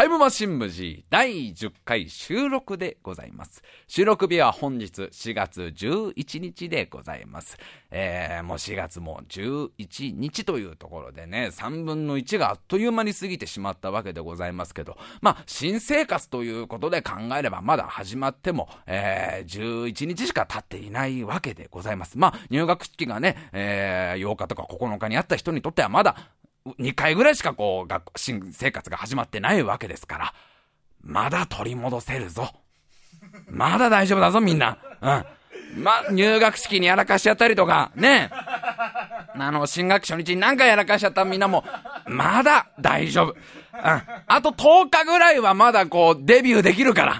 タイムマシン部 G 第10回収録でございます。収録日は本日4月11日でございます。もう4月も11日というところでね、3分の1があっという間に過ぎてしまったわけでございますけど、まあ新生活ということで考えればまだ始まっても、11日しか経っていないわけでございます。まあ入学式がね、8日とか9日にあった人にとってはまだ2回ぐらいしか新生活が始まってないわけですから、まだ取り戻せるぞ。まだ大丈夫だぞみんな。入学式にやらかしちゃったりとか、ね。新学期初日に何回やらかしちゃったみんなも、まだ大丈夫。あと10日ぐらいはまだデビューできるから。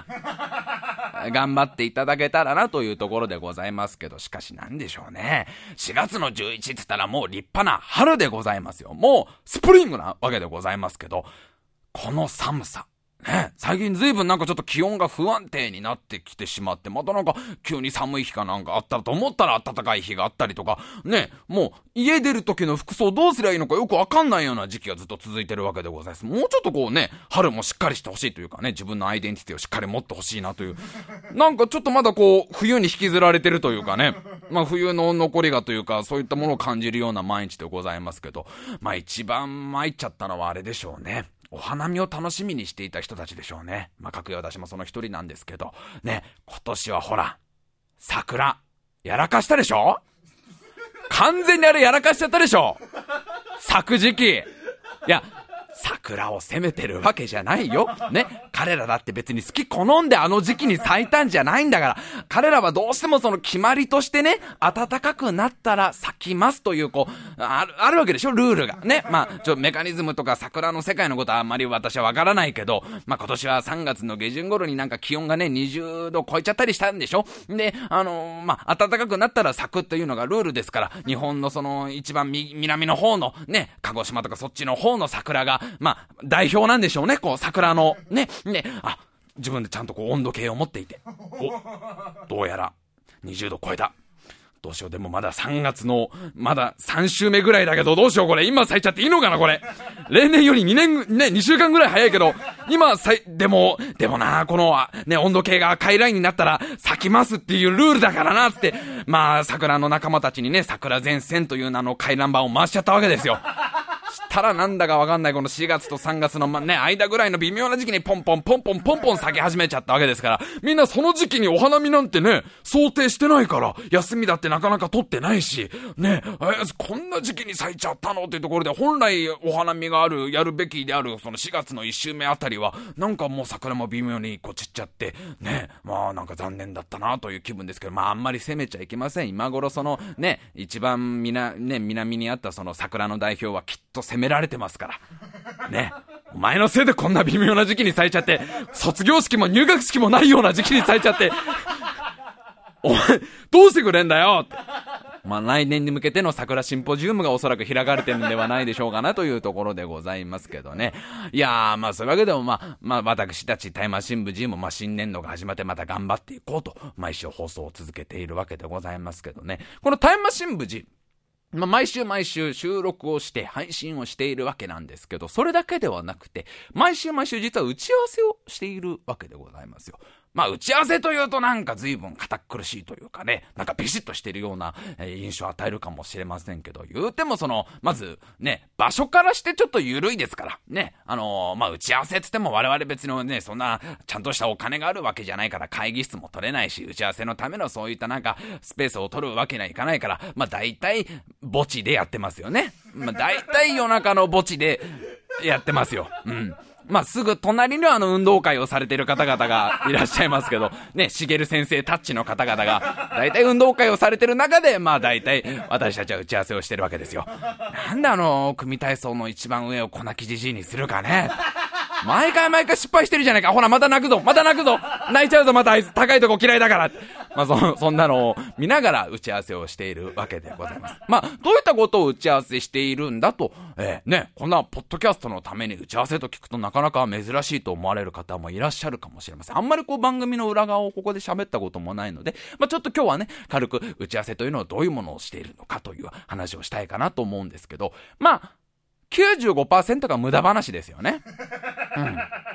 頑張っていただけたらなというところでございますけど、しかしなんでしょうね。4月の11って言ったらもう立派な春でございますよ。もうスプリングなわけでございますけど、この寒さ。ね、最近ずいぶんなんかちょっと気温が不安定になってきてしまって、またなんか急に寒い日かなんかあったらと思ったら暖かい日があったりとか、ね、もう家出る時の服装どうすりゃいいのかよくわかんないような時期がずっと続いてるわけでございます。もうちょっと春もしっかりしてほしいというかね、自分のアイデンティティをしっかり持ってほしいなという、なんかちょっとまだ冬に引きずられてるというかね、まあ冬の残りがというか、そういったものを感じるような毎日でございますけど、まあ一番参っちゃったのはあれでしょうね。お花見を楽しみにしていた人たちでしょうね。まあ、各位私もその一人なんですけど、ね、今年はほら、桜、やらかしたでしょ？完全にあれやらかしちゃったでしょ？咲く時期。いや、桜を責めてるわけじゃないよ。ね。彼らだって別に好き好んであの時期に咲いたんじゃないんだから、彼らはどうしてもその決まりとしてね、暖かくなったら咲きますというあるわけでしょ、ルールが。ね。まあ、メカニズムとか桜の世界のことはあんまり私はわからないけど、まあ今年は3月の下旬頃になんか気温がね、20度超えちゃったりしたんでしょ。で、まあ、暖かくなったら咲くというのがルールですから、日本のその一番南の方のね、鹿児島とかそっちの方の桜が、まあ、代表なんでしょうね、桜の、ね、自分でちゃんと温度計を持っていて、どうやら、20度超えた。どうしよう、でもまだ3月の、まだ3週目ぐらいだけど、どうしようこれ、今咲いちゃっていいのかなこれ。例年より2週間ぐらい早いけど、今でもな、温度計が赤いラインになったら、咲きますっていうルールだからな、つって、まあ、桜の仲間たちにね、桜前線という名の回覧板を回しちゃったわけですよ。したらなんだかわかんないこの4月と3月の間ぐらいの微妙な時期にポンポン咲き始めちゃったわけですから、みんなその時期にお花見なんてね、想定してないから、休みだってなかなか取ってないし、ね、こんな時期に咲いちゃったのっていうところで、本来お花見がやるべきであるその4月の1週目あたりは、なんかもう桜も微妙に散っちゃって、ね、まあなんか残念だったなという気分ですけど、まああんまり責めちゃいけません。今頃そのね、一番南にあったその桜の代表はきっと責められてますからね。お前のせいでこんな微妙な時期に咲いちゃって、卒業式も入学式もないような時期に咲いちゃって、お前どうしてくれんだよって。まあ来年に向けての桜シンポジウムがおそらく開かれてるんではないでしょうかなというところでございますけどね。いやー、まあそういうわけでもまあ私たちタイマー新聞 G も新年度が始まってまた頑張っていこうと毎週放送を続けているわけでございますけどね。このタイマー新聞 G、毎週収録をして配信をしているわけなんですけど、それだけではなくて、毎週実は打ち合わせをしているわけでございますよ。まあ打ち合わせというとなんか随分堅苦しいというかね、なんかビシッとしているような印象を与えるかもしれませんけど、言うてもまずね、場所からしてちょっと緩いですからね、まあ打ち合わせつっても我々別のね、そんなちゃんとしたお金があるわけじゃないから会議室も取れないし、打ち合わせのためのそういったなんかスペースを取るわけにはいかないから、まあ大体墓地でやってますよね。まあ大体夜中の墓地でやってますよ。うん。まあ、すぐ隣には運動会をされている方々がいらっしゃいますけど、ね、しげる先生タッチの方々が、大体運動会をされている中で、まあ大体私たちは打ち合わせをしてるわけですよ。なんで組体操の一番上を粉木じじいにするかね。毎回失敗してるじゃないか。ほら、また泣くぞ。泣いちゃうぞ、またあいつ高いとこ嫌いだから。まあ、そんなのを見ながら打ち合わせをしているわけでございます。まあ、どういったことを打ち合わせしているんだと、ね、こんなポッドキャストのために打ち合わせと聞くとなかなか珍しいと思われる方もいらっしゃるかもしれません。あんまり番組の裏側をここで喋ったこともないので、まあ、ちょっと今日はね、軽く打ち合わせというのはどういうものをしているのかという話をしたいかなと思うんですけど、まあ、95% が無駄話ですよね。うん。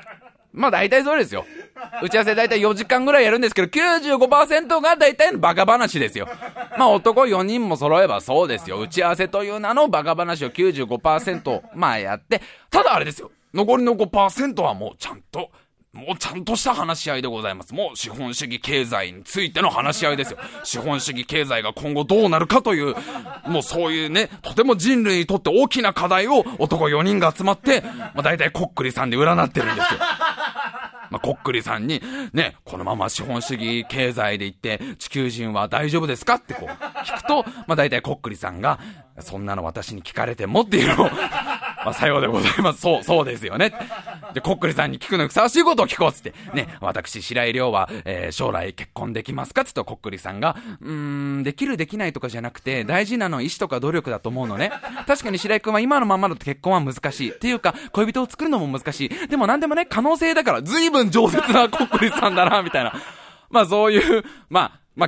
まあ大体そうですよ。打ち合わせ大体4時間ぐらいやるんですけど、95% が大体のバカ話ですよ。まあ男4人も揃えばそうですよ。打ち合わせという名のバカ話を 95% まあやって、ただあれですよ。残りの 5% はもうちゃんとした話し合いでございます。もう資本主義経済についての話し合いですよ。資本主義経済が今後どうなるかという、もうそういうね、とても人類にとって大きな課題を男4人が集まって、まあ大体こっくりさんで占ってるんですよ。まあ、こっくりさんに、ね、このまま資本主義経済で言って地球人は大丈夫ですかってこう聞くと、まあ大体こっくりさんが、そんなの私に聞かれてもっていうのを、まあ、さようでございます。そうですよね。で、こっくりさんに聞くのにふさわしいことを聞こうっつって、ね、私、白井亮は、将来結婚できますかつとこっくりさんが、できるできないとかじゃなくて、大事なのは意志とか努力だと思うのね。確かに白井くんは今のままだと結婚は難しい。っていうか、恋人を作るのも難しい。でも何でもね、可能性だから、随分饒舌なこっくりさんだな、みたいな。まあそういう、まあ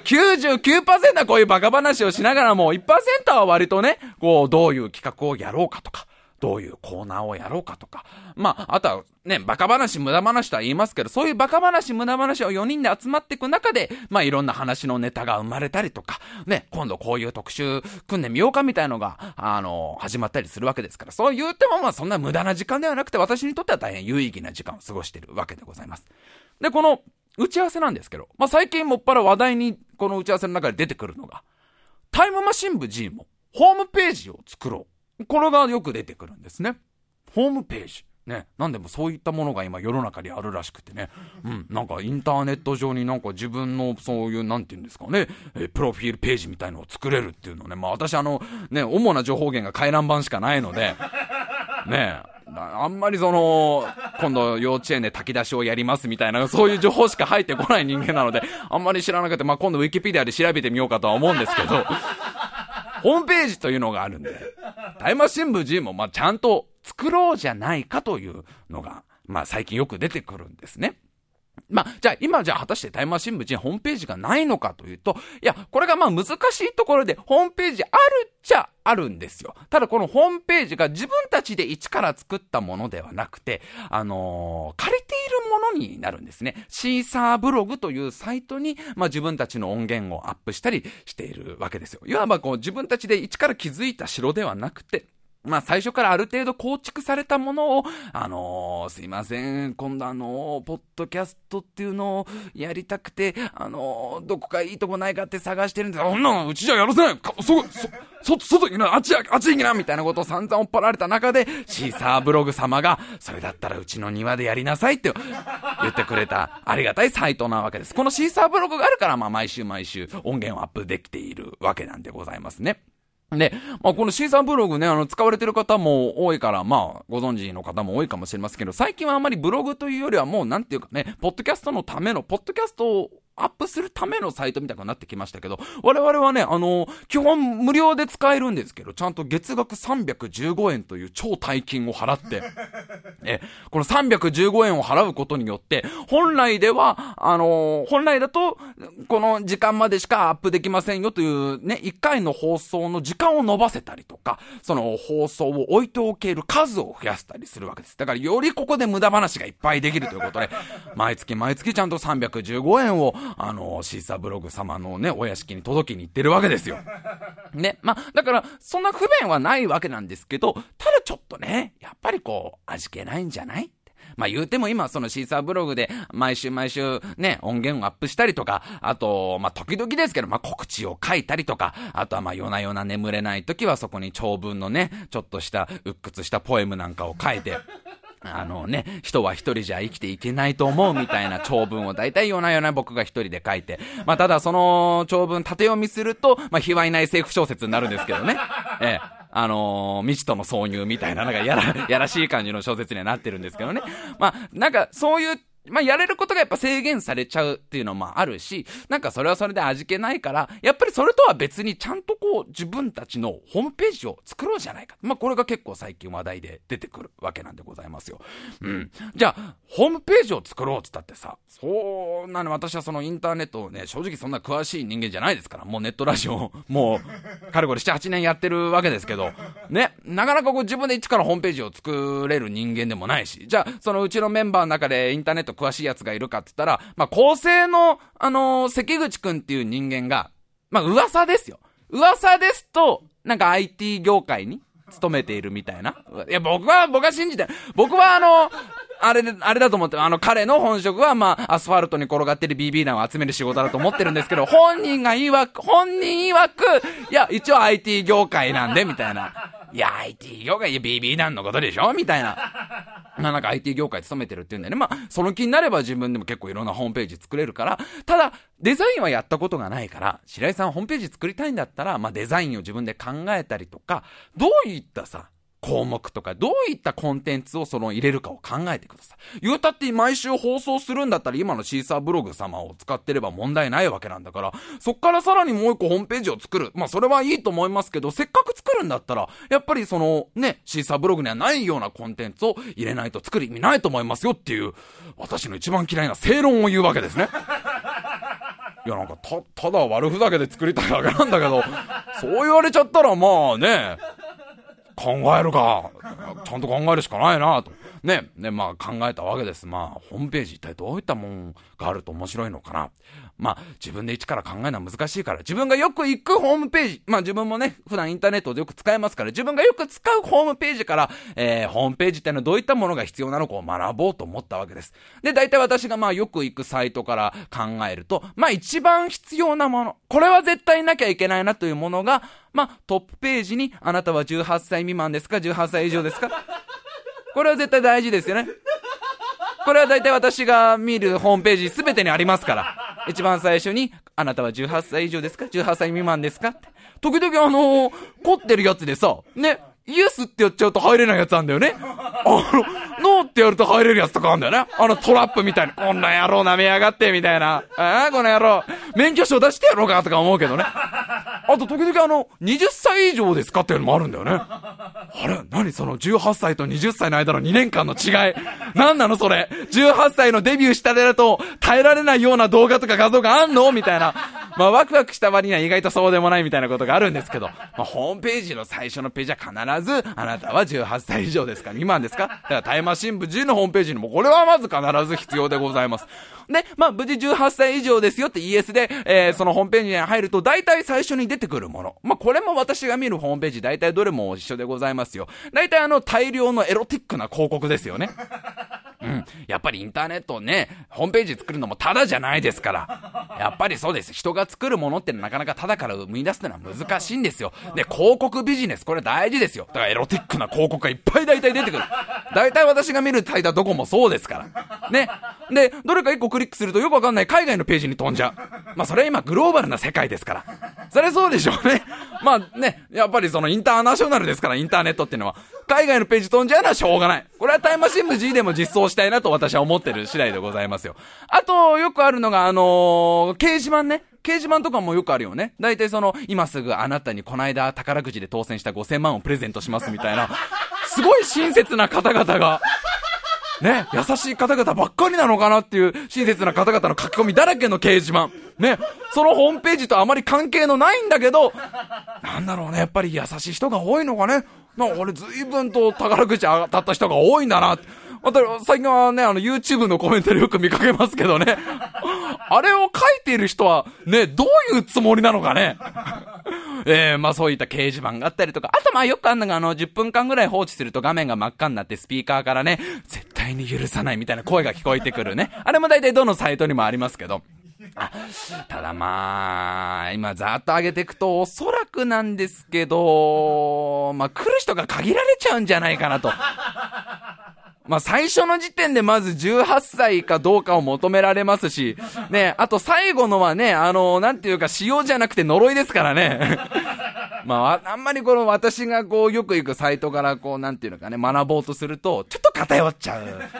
99% はこういうバカ話をしながらも、1% は割とね、こう、どういう企画をやろうかとか、どういうコーナーをやろうかとか。まあ、あとはね、バカ話、無駄話とは言いますけど、そういうバカ話、無駄話を4人で集まっていく中で、まあいろんな話のネタが生まれたりとか、ね、今度こういう特集組んでみようかみたいのが、始まったりするわけですから、そう言ってもまあそんな無駄な時間ではなくて、私にとっては大変有意義な時間を過ごしているわけでございます。で、この打ち合わせなんですけど、まあ最近もっぱら話題にこの打ち合わせの中で出てくるのが、タイムマシン部 G もホームページを作ろう。これがよく出てくるんですね。ホームページ。ね。なんでもそういったものが今世の中にあるらしくてね。なんかインターネット上になんか自分のそういうなんていうんですかね、プロフィールページみたいのを作れるっていうのね。まあ私ね、主な情報源が回覧板しかないので、ねあんまり今度幼稚園で炊き出しをやりますみたいな、そういう情報しか入ってこない人間なので、あんまり知らなくて、まあ今度ウィキペディアで調べてみようかとは思うんですけど、ホームページというのがあるんで、タイムマシン部 G もまあちゃんと作ろうじゃないかというのが、まあ最近よく出てくるんですね。まあ、今果たしてタイムマシン部 G ホームページがないのかというと、いや、これがまあ難しいところでホームページあるっちゃあるんですよ。ただこのホームページが自分たちで一から作ったものではなくて、借りているものになるんですね。シーサーブログというサイトに、まあ自分たちの音源をアップしたりしているわけですよ。いわばこう自分たちで一から築いた城ではなくて、まあ最初からある程度構築されたものを、すいません、今度ポッドキャストっていうのをやりたくて、どこかいいとこないかって探してるんです。そんなのうちじゃやらせない。外にな、あっち行きなみたいなことを散々追っ張られた中で、シーサーブログ様が、それだったらうちの庭でやりなさいって言ってくれた、ありがたいサイトなわけです。このシーサーブログがあるから、まあ毎週音源をアップできているわけなんでございますね。で、まあ、このシーサーブログね、使われてる方も多いから、まあ、ご存知の方も多いかもしれませんけど、最近はあまりブログというよりはもう、なんていうかね、ポッドキャストをアップするためのサイトみたいになってきましたけど、我々はね、基本無料で使えるんですけど、ちゃんと月額315円という超大金を払って、この315円を払うことによって、本来だと、この時間までしかアップできませんよというね、1回の放送の時間を伸ばせたりとか、その放送を置いておける数を増やしたりするわけです。だからよりここで無駄話がいっぱいできるということで、毎月ちゃんと315円をシーサーブログ様のね、お屋敷に届きに行ってるわけですよ。ね。まあ、だから、そんな不便はないわけなんですけど、ただちょっとね、やっぱりこう、味気ないんじゃない？まあ言うても今そのシーサーブログで毎週ね、音源をアップしたりとか、あと、まあ時々ですけど、まあ告知を書いたりとか、あとはまあ夜な夜な眠れない時はそこに長文のね、ちょっとした鬱屈したポエムなんかを書いて、人は一人じゃ生きていけないと思うみたいな長文をだいたい夜な夜な僕が一人で書いて、まあただその長文縦読みすると、まあ卑猥な SF 小説になるんですけどね。未知との挿入みたいな、なんかやらしい感じの小説にはなってるんですけどね。まあ、なんかそういうやれることがやっぱ制限されちゃうっていうのもあるし、なんかそれはそれで味気ないから、やっぱりそれとは別にちゃんと自分たちのホームページを作ろうじゃないか。これが結構最近話題で出てくるわけなんでございますよ。じゃあ、ホームページを作ろうって言ったってさ、そうなの、私はそのインターネットをね、正直そんな詳しい人間じゃないですから、もうネットラジオ、もう、かれこれ7、8年やってるわけですけど、ね、なかなか自分で一からホームページを作れる人間でもないし、じゃあ、そのうちのメンバーの中でインターネット詳しいやつがいるかって言ったら、構成の、関口くんっていう人間が、噂ですよ。噂ですと、なんか IT 業界に勤めているみたいな。いや、僕は信じて、僕はあれだと思って、彼の本職はアスファルトに転がってる BB 弾を集める仕事だと思ってるんですけど、本人曰く、いや、一応 IT 業界なんで、みたいな。いや、IT 業界、いや、BB 弾のことでしょみたいな。なんか IT 業界勤めてるっていうんでね。その気になれば自分でも結構いろんなホームページ作れるから、ただ、デザインはやったことがないから、白井さんホームページ作りたいんだったら、デザインを自分で考えたりとか、どういった項目とか、どういったコンテンツを入れるかを考えてください。言うたって毎週放送するんだったら今のシーサーブログ様を使ってれば問題ないわけなんだから、そっからさらにもう一個ホームページを作る。それはいいと思いますけど、せっかく作るんだったら、やっぱりシーサーブログにはないようなコンテンツを入れないと作る意味ないと思いますよっていう、私の一番嫌いな正論を言うわけですね。いや、なんかただ悪ふざけで作りたいだけなんだけど、そう言われちゃったら考えるか。ちゃんと考えるしかないなと。ね、考えたわけです。ホームページ一体どういったもんがあると面白いのかな。自分で一から考えるのは難しいから、自分がよく行くホームページ、自分もね、普段インターネットでよく使えますから、自分がよく使うホームページから、ホームページってのはどういったものが必要なのかを学ぼうと思ったわけです。で、大体私がよく行くサイトから考えると、一番必要なもの、これは絶対なきゃいけないなというものが、トップページに、あなたは18歳未満ですか ?18 歳以上ですかこれは絶対大事ですよね。これは大体私が見るホームページすべてにありますから。一番最初に、あなたは18歳以上ですか ?18 歳未満ですかって。時々凝ってるやつでさ、ね、イエスってやっちゃうと入れないやつなんだよね。ノーってやると入れるやつとかあるんだよね。トラップみたいな。こんな野郎舐めやがって、みたいな。この野郎。免許証出してやろうかとか思うけどね。あと時々20歳以上ですかっていうのもあるんだよね。あれ何その18歳と20歳の間の2年間の違い。何なのそれ。18歳のデビューしたてだと耐えられないような動画とか画像があんのみたいな。ワクワクした割には意外とそうでもないみたいなことがあるんですけど、ホームページの最初のページは必ず、あなたは18歳以上ですか未満ですかだからタイマー新聞 G のホームページにもこれはまず必ず必要でございます。で、無事18歳以上ですよって ES で、そのホームページに入ると大体最初に出てくるもの。これも私が見るホームページ大体どれも一緒でございますよ。大体大量のエロティックな広告ですよね。やっぱりインターネットをね、ホームページ作るのもただじゃないですから。やっぱりそうです。人が作るものってなかなかただから生み出すってのは難しいんですよ。で、広告ビジネス、これ大事ですよ。だからエロティックな広告がいっぱい大体出てくる。大体私が見るサイトはどこもそうですから。ね。で、どれか一個クリックするとよくわかんない海外のページに飛んじゃう。それは今グローバルな世界ですから。それそうでしょうね。やっぱりそのインターナショナルですから、インターネットっていうのは。海外のページ飛んじゃうのはしょうがない。これはタイムマシン部 G でも実装したいなと私は思ってる次第でございますよ。あと、よくあるのが、掲示板ね。掲示板とかもよくあるよね。大体今すぐあなたにこの間宝くじで当選した5000万をプレゼントしますみたいな、すごい親切な方々が、ね、優しい方々ばっかりなのかなっていう親切な方々の書き込みだらけの掲示板。ね、そのホームページとあまり関係のないんだけど、なんだろうね、やっぱり優しい人が多いのかね。俺随分と宝くじ当たった人が多いんだなって。最近はね、YouTube のコメントでよく見かけますけどね。あれを書いている人は、ね、どういうつもりなのかね。そういった掲示板があったりとか、あとよくあるのが10分間ぐらい放置すると画面が真っ赤になってスピーカーからね、絶対に許さないみたいな声が聞こえてくるね。あれも大体どのサイトにもありますけど。ただ今ざーっと上げていくとおそらくなんですけど、来る人が限られちゃうんじゃないかなと。最初の時点でまず18歳かどうかを求められますし、ね、あと最後のはね、なんていうか仕様じゃなくて呪いですからね。あんまり私がよく行くサイトからなんていうのかね、学ぼうとすると、ちょっと偏っちゃう。ちょびっ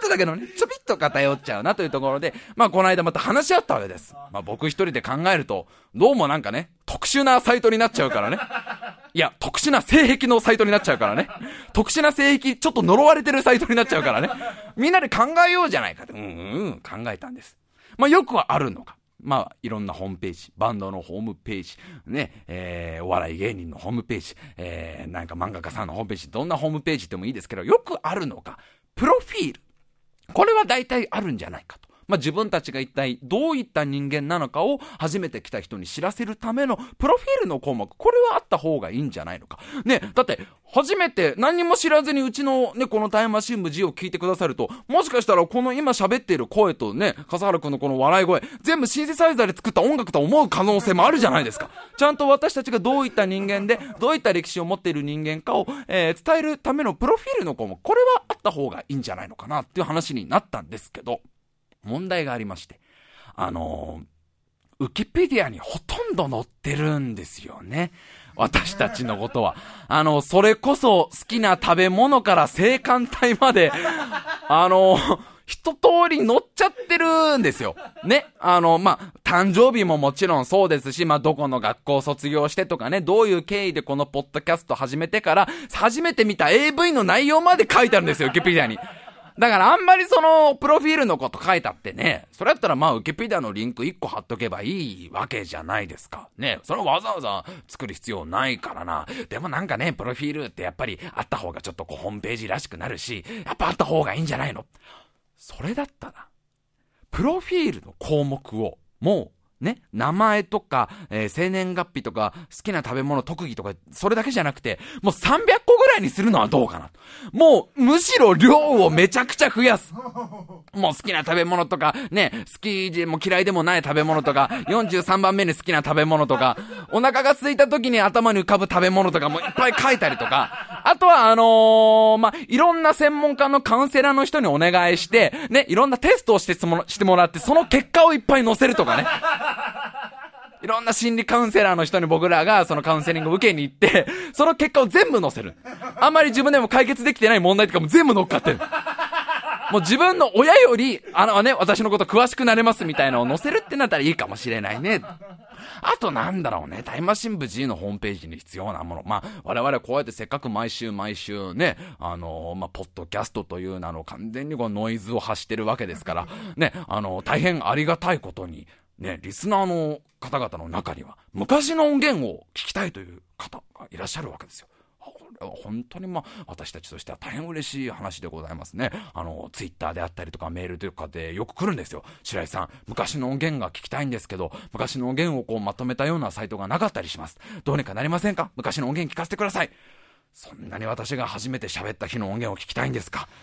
とだけどね、ちょびっと偏っちゃうなというところで、まあこの間また話し合ったわけです。まあ僕一人で考えると、どうもなんかね、特殊なサイトになっちゃうからね。いや、特殊な性癖のサイトになっちゃうからね。特殊な性癖、ちょっと呪われてるサイトになっちゃうからね。みんなで考えようじゃないかと。考えたんです。まあよくはあるのか。まあ、いろんなホームページ、バンドのホームページ、ね、お笑い芸人のホームページ、なんか漫画家さんのホームページ、どんなホームページでもいいですけど、よくあるのが、プロフィール。これは大体あるんじゃないかと。まあ、自分たちが一体どういった人間なのかを初めて来た人に知らせるためのプロフィールの項目、これはあった方がいいんじゃないのか。ね、だって、初めて何も知らずにうちのね、このタイムマシン部 G を聞いてくださると、もしかしたらこの今喋っている声とね、笠原くんのこの笑い声、全部シンセサイザーで作った音楽と思う可能性もあるじゃないですか。ちゃんと私たちがどういった人間で、どういった歴史を持っている人間かを、伝えるためのプロフィールの項目、これはあった方がいいんじゃないのかなっていう話になったんですけど、問題がありまして、ウキペディアにほとんど載ってるんですよね。私たちのことは。それこそ好きな食べ物から性感帯まで、一通り載っちゃってるんですよ。ね。まあ、誕生日ももちろんそうですし、まあ、どこの学校卒業してとかね、どういう経緯でこのポッドキャスト始めてから、初めて見た AV の内容まで書いてあるんですよ、ウキペディアに。だからあんまりそのプロフィールのこと書いたってね、それやったらまあウキペディアのリンク1個貼っとけばいいわけじゃないですか。ね、それわざわざ作る必要ないからな。でもなんかね、プロフィールってやっぱりあった方がちょっとこうホームページらしくなるし、やっぱあった方がいいんじゃないの。それだったら、プロフィールの項目をもうね、名前とか、生年月日とか、好きな食べ物、特技とか、それだけじゃなくて、もう300個ぐらいにするのはどうかな。もう、むしろ量をめちゃくちゃ増やす。もう好きな食べ物とか、ね、好きでも嫌いでもない食べ物とか、43番目に好きな食べ物とか、お腹が空いた時に頭に浮かぶ食べ物とかもいっぱい書いたりとか、あとはまあ、いろんな専門家のカウンセラーの人にお願いして、ね、いろんなテストをしてもらって、その結果をいっぱい載せるとかね。いろんな心理カウンセラーの人に僕らがそのカウンセリングを受けに行って、その結果を全部載せる。あんまり自分でも解決できてない問題とかも全部乗っかってる。もう自分の親より、私のこと詳しくなれますみたいなのを載せるってなったらいいかもしれないね。あとなんだろうね、タイムマシン部 G のホームページに必要なもの。まあ、我々はこうやってせっかく毎週ね、まあ、ポッドキャストという名の完全にこうノイズを発してるわけですから、ね、大変ありがたいことに、ね、リスナーの方々の中には昔の音源を聞きたいという方がいらっしゃるわけですよ。これは本当にまあ私たちとしては大変嬉しい話でございますね。ツイッターであったりとかメールとかでよく来るんですよ。白井さん、昔の音源が聞きたいんですけど、昔の音源をこうまとめたようなサイトがなかったりします。どうにかなりませんか？昔の音源聞かせてください。そんなに私が初めて喋った日の音源を聞きたいんですか？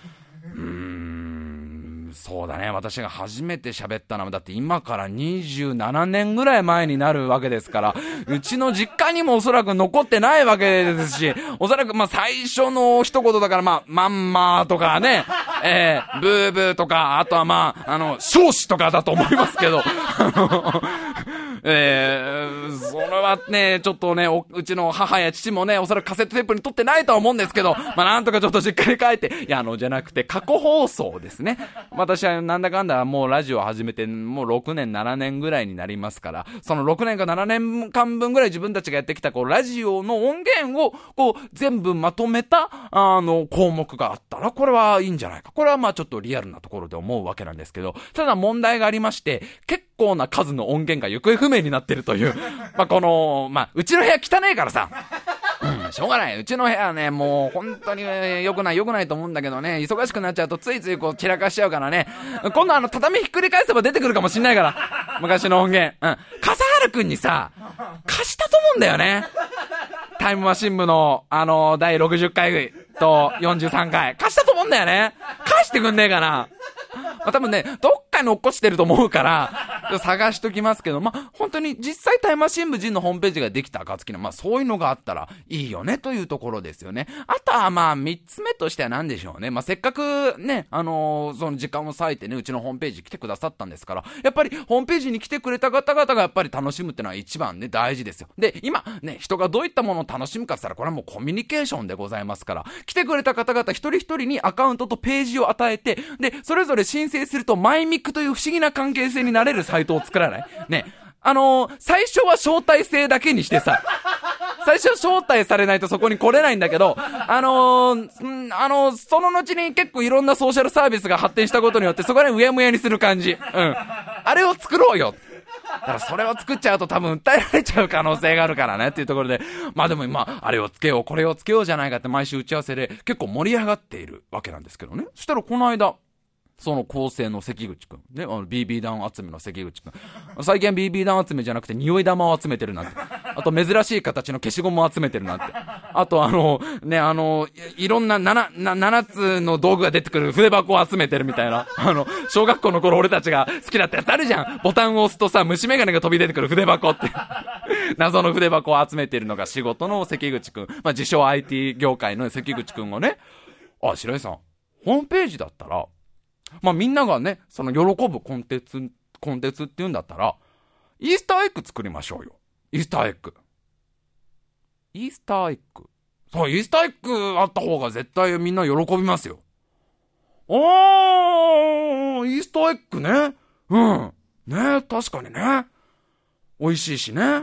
そうだね。私が初めて喋ったのはだって今から27年ぐらい前になるわけですから、うちの実家にもおそらく残ってないわけですし、おそらくまあ最初の一言だからまんまとかね、ブーブーとか、あとはまあ少子とかだと思いますけど、それはね、ちょっとね、うちの母や父もね、おそらくカセットテープに撮ってないとは思うんですけど、まあなんとかちょっとしっかり書いて、いやじゃなくて過去放送ですね。私はなんだかんだもうラジオを始めてもう6年7年ぐらいになりますから、その6年か7年間分ぐらい自分たちがやってきたこうラジオの音源をこう全部まとめた項目があったらこれはいいんじゃないか。これはまあちょっとリアルなところで思うわけなんですけど、ただ問題がありまして、結構な数の音源が行方不明になってるというまあこのうちの部屋汚いからさ、しょうがない。うちの部屋はね、もう本当に良くないと思うんだけどね、忙しくなっちゃうとついついこう散らかしちゃうからね、今度畳ひっくり返せば出てくるかもしんないから、昔の音源。笠原くんにさ、貸したと思うんだよね。タイムマシン部の第60回と43回。貸したと思うんだよね。返してくんねえかな。多分ね、どっかに落っこちてると思うから、 探しときますけど、本当に実際タイムマシン部 G のホームページができた暁の、そういうのがあったらいいよねというところですよね。あとは3つ目としては何でしょうね。せっかくね、その時間を割いてね、うちのホームページ来てくださったんですから、やっぱりホームページに来てくれた方々がやっぱり楽しむってのは一番ね、大事ですよ。で、今ね、人がどういったものを楽しむかって言ったら、これはもうコミュニケーションでございますから、来てくれた方々一人一人にアカウントとページを与えて、で、それぞれ申請するとマイミックという不思議な関係性になれるサイトを作らないね。最初は招待制だけにしてさ、最初招待されないとそこに来れないんだけど、その後に結構いろんなソーシャルサービスが発展したことによって、そこでうやむやにする感じ。あれを作ろうよ。だからそれを作っちゃうと多分訴えられちゃう可能性があるからねっていうところで、でも今、あれをつけよう、これをつけようじゃないかって毎週打ち合わせで結構盛り上がっているわけなんですけどね。そしたらこの間、その構成の関口くんね、BB 弾集めの関口くん、最近は BB 弾集めじゃなくて匂い玉を集めてるなんて、あと珍しい形の消しゴムを集めてるなんて、あといろんな7つの道具が出てくる筆箱を集めてるみたいな、小学校の頃俺たちが好きだったやつあるじゃん。ボタンを押すとさ、虫眼鏡が飛び出てくる筆箱って謎の筆箱を集めてるのが仕事の関口くん、自称 IT 業界の関口くんがね、白井さんホームページだったらみんながね、その喜ぶコンテンツって言うんだったら、イースターエッグ作りましょうよ。イースターエッグ。そう、イースターエッグあった方が絶対みんな喜びますよ。イースターエッグね。ね、確かにね。美味しいしね。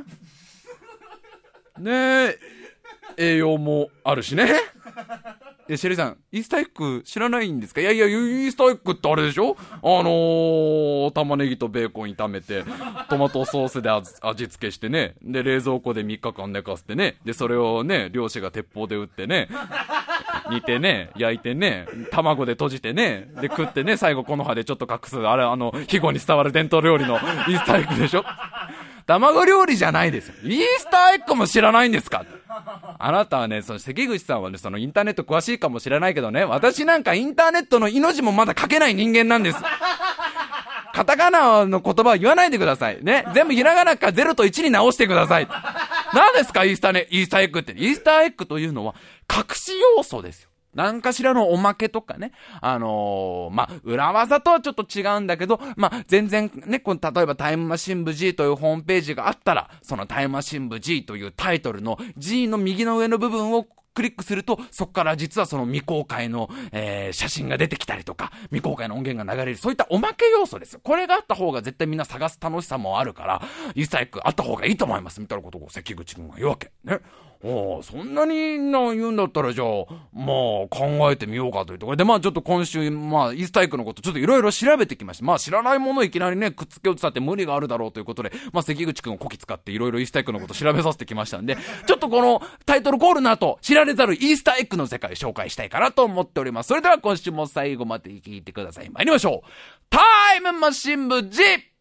ね、栄養もあるしね。シェリーさん、イースターエッグ知らないんですか？いや、イースターエッグってあれでしょ？玉ねぎとベーコン炒めて、トマトソースで味付けしてね、で、冷蔵庫で3日間寝かせてね、で、それをね、漁師が鉄砲で撃ってね、煮てね、焼いてね、卵で閉じてね、で、食ってね、最後この葉でちょっと隠す、肥後に伝わる伝統料理のイースターエッグでしょ？卵料理じゃないですよ。イースターエッグも知らないんですか？あなたはね、その関口さんはね、そのインターネット詳しいかもしれないけどね、私なんかインターネットの命もまだ書けない人間なんです。カタカナの言葉は言わないでくださいね。全部ひらがなか0と1に直してください。何ですかイースターエッグって。イースターエッグというのは隠し要素ですよ。何かしらのおまけとかね。裏技とはちょっと違うんだけど、全然ね、例えばタイムマシン部 G というホームページがあったら、そのタイムマシン部 G というタイトルの G の右の上の部分をクリックすると、そこから実はその未公開の、写真が出てきたりとか、未公開の音源が流れる、そういったおまけ要素ですよ。これがあった方が絶対みんな探す楽しさもあるから、イースターエッグあった方がいいと思いますみたいなことを関口くんが言うわけね。そんなに言うんだったらじゃあ考えてみようかというところで、ちょっと今週イースターエッグのことちょっといろいろ調べてきました。知らないものをいきなりねくっつけようとしたって無理があるだろうということで、関口くんをこき使っていろいろイースターエッグのこと調べさせてきましたんで、ちょっとこのタイトルコールの後、知られざるイースターエッグの世界を紹介したいかなと思っております。それでは今週も最後まで聞いてください。参りましょう。タイムマシン部 G。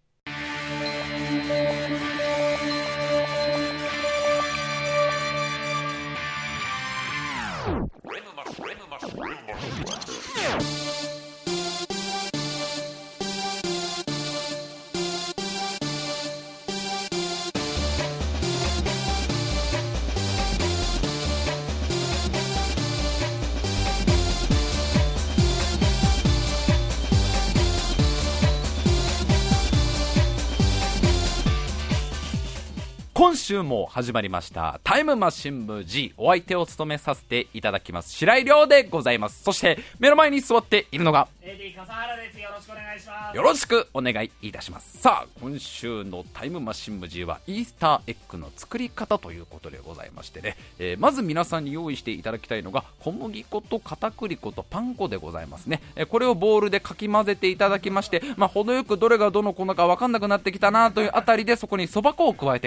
今週も始まりましたタイムマシン部 G。 お相手を務めさせていただきます白井亮でございます。そして目の前に座っているのが AD 笠原です。よろしくお願いします。 よろしくお願いいたします。さあ今週のタイムマシン部 G はイースターエッグの作り方ということでございましてね、まず皆さんに用意していただきたいのが小麦粉と片栗粉とパン粉でございますね。これをボウルでかき混ぜていただきまして、程よくどれがどの粉か分かんなくなってきたなというあたりで、そこにそば粉を加えてください。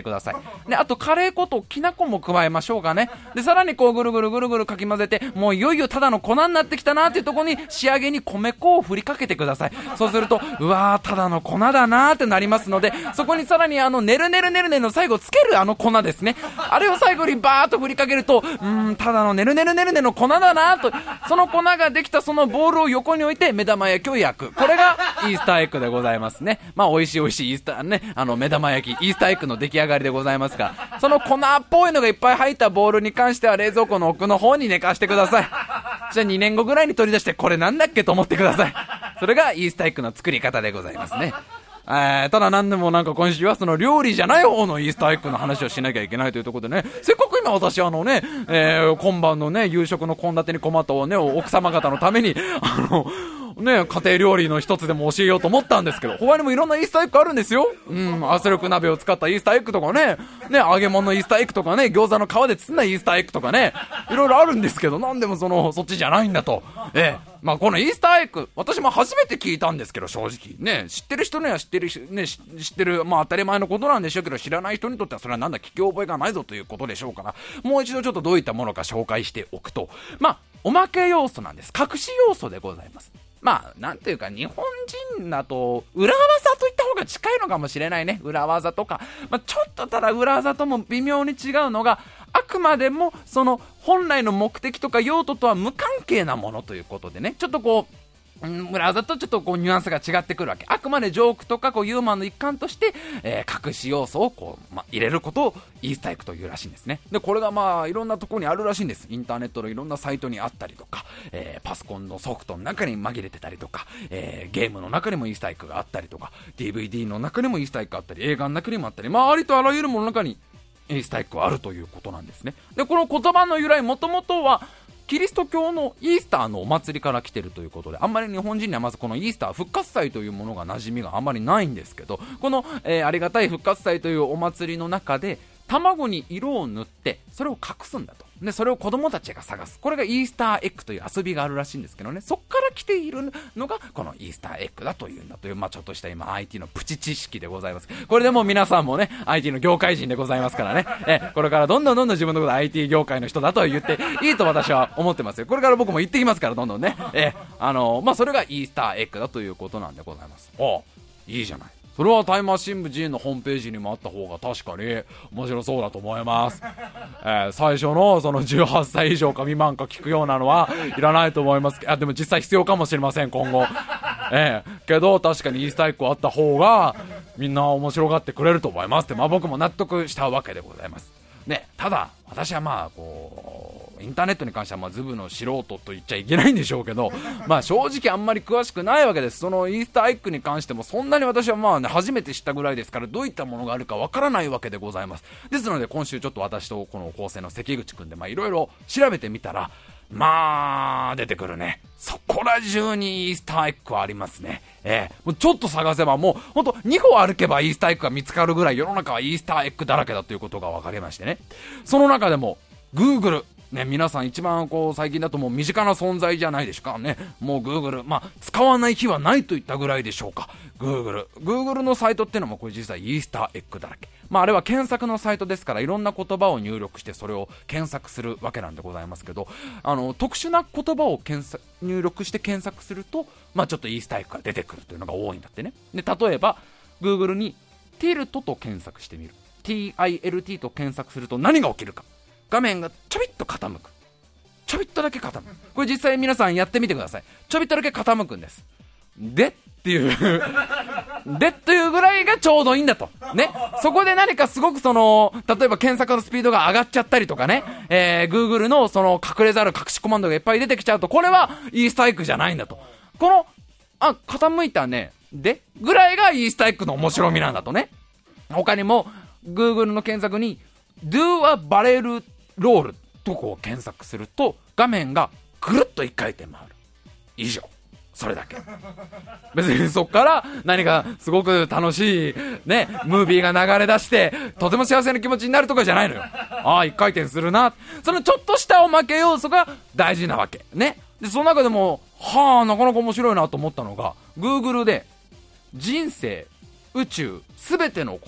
で、あとカレー粉ときな粉も加えましょうかね。で、さらにこうぐるぐるぐるぐるかき混ぜて、もういよいよただの粉になってきたなっていうところに仕上げに米粉を振りかけてください。そうすると、うわーただの粉だなーってなりますので、そこにさらにねるねるねるねの最後つける粉ですね。あれを最後にバーっと振りかけると、ただのねるねるねるねの粉だなーと、その粉ができたそのボールを横に置いて目玉焼きを焼く。これがイースターエッグでございますね。まあ美味しい美味しいイースターね、目玉焼き、イースターエッグの出来上がりでございますから、その粉っぽいのがいっぱい入ったボールに関しては冷蔵庫の奥の方に寝かしてください。じゃあ2年後ぐらいに取り出してこれなんだっけと思ってください。それがイースターエッグの作り方でございますね。ただなんでもなんか今週はその料理じゃない方のイースターエッグの話をしなきゃいけないというところでね、せっかく今私今晩のね夕食の献立に困ったね奥様方のために家庭料理の一つでも教えようと思ったんですけど、他にもいろんなイースターエッグあるんですよ。圧力鍋を使ったイースターエッグとかね、揚げ物のイースターエッグとかね、餃子の皮で包んだイースターエッグとかね、いろいろあるんですけど、なんでもそっちじゃないんだと。まあこのイースターエッグ、私も初めて聞いたんですけど、正直ね、知ってる人には知ってる、まあ当たり前のことなんでしょうけど、知らない人にとってはそれはなんだ聞き覚えがないぞということでしょうから、もう一度ちょっとどういったものか紹介しておくと、まあおまけ要素なんです。隠し要素でございます。まあなんていうか、日本人だと裏技といった方が近いのかもしれないね。裏技とか、ちょっとただ裏技とも微妙に違うのが、あくまでもその本来の目的とか用途とは無関係なものということでね、ちょっとこう裏技とちょっとこうニュアンスが違ってくるわけ。あくまでジョークとかこうユーモアの一環として、隠し要素をこう、入れることをイースターエッグというらしいんですね。でこれがいろんなところにあるらしいんです。インターネットのいろんなサイトにあったりとか、パソコンのソフトの中に紛れてたりとか、ゲームの中にもイースターエッグがあったりとか、 DVD の中にもイースターエッグがあったり、映画の中にもあったり、ありとあらゆるものの中にイースターエッグがあるということなんですね。でこの言葉の由来、もともとはキリスト教のイースターのお祭りから来てるということで、あんまり日本人にはまずこのイースター復活祭というものが馴染みがあんまりないんですけど、この、ありがたい復活祭というお祭りの中で卵に色を塗ってそれを隠すんだと。でそれを子供たちが探す、これがイースターエッグという遊びがあるらしいんですけどね、そっから来ているのがこのイースターエッグだというんだという、ちょっとした今 IT のプチ知識でございます。これでもう皆さんもね IT の業界人でございますからね、これからどんどん自分のこと IT 業界の人だと言っていいと私は思ってますよ。これから僕も言ってきますから、どんどんね、それがイースターエッグだということなんでございます。いいじゃない。それはタイムマシン部 G のホームページにもあった方が確かに面白そうだと思います。最初のその18歳以上か未満か聞くようなのはいらないと思います。でも実際必要かもしれません今後。けど確かにイースターエッグあった方がみんな面白がってくれると思いますって、僕も納得したわけでございますね。ただ私はインターネットに関してはズブの素人と言っちゃいけないんでしょうけど、正直あんまり詳しくないわけです。そのイースターエッグに関してもそんなに私は初めて知ったぐらいですから、どういったものがあるかわからないわけでございます。ですので今週ちょっと私とこの構成の関口くんでいろいろ調べてみたら、出てくるね。そこら中にイースターエッグはありますね。もうちょっと探せばもうほんと2歩歩けばイースターエッグが見つかるぐらい世の中はイースターエッグだらけだということが分かりましてね。その中でも Googleね、皆さん一番最近だともう身近な存在じゃないでしょうかね。もう Google、使わない日はないといったぐらいでしょうか。Google のサイトっていうのもこれ実際イースターエッグだらけ。あれは検索のサイトですからいろんな言葉を入力してそれを検索するわけなんでございますけど、特殊な言葉を入力して検索するとちょっとイースターエッグが出てくるというのが多いんだってね。で例えば Google に Tilt と検索してみる。 TILT と検索すると何が起きるか。画面がちょびっと傾く。ちょびっとだけ傾く。これ実際皆さんやってみてください。ちょびっとだけ傾くんです。でっていうでというぐらいがちょうどいいんだとね。そこで何かすごく例えば検索のスピードが上がっちゃったりとかね、Google の隠れざる隠しコマンドがいっぱい出てきちゃうと、これはイースターエッグじゃないんだと。この傾いたねでぐらいがイースターエッグの面白みなんだとね。他にも Google の検索に Do a barrel roll と検索すると画面がぐるっと一回転回る。以上。それだけ。別にそっから何かすごく楽しいねムービーが流れ出してとても幸せな気持ちになるとかじゃないのよ。一回転するな。そのちょっとしたおまけ要素が大事なわけね。でその中でもなかなか面白いなと思ったのが Google で人生宇宙すべての答え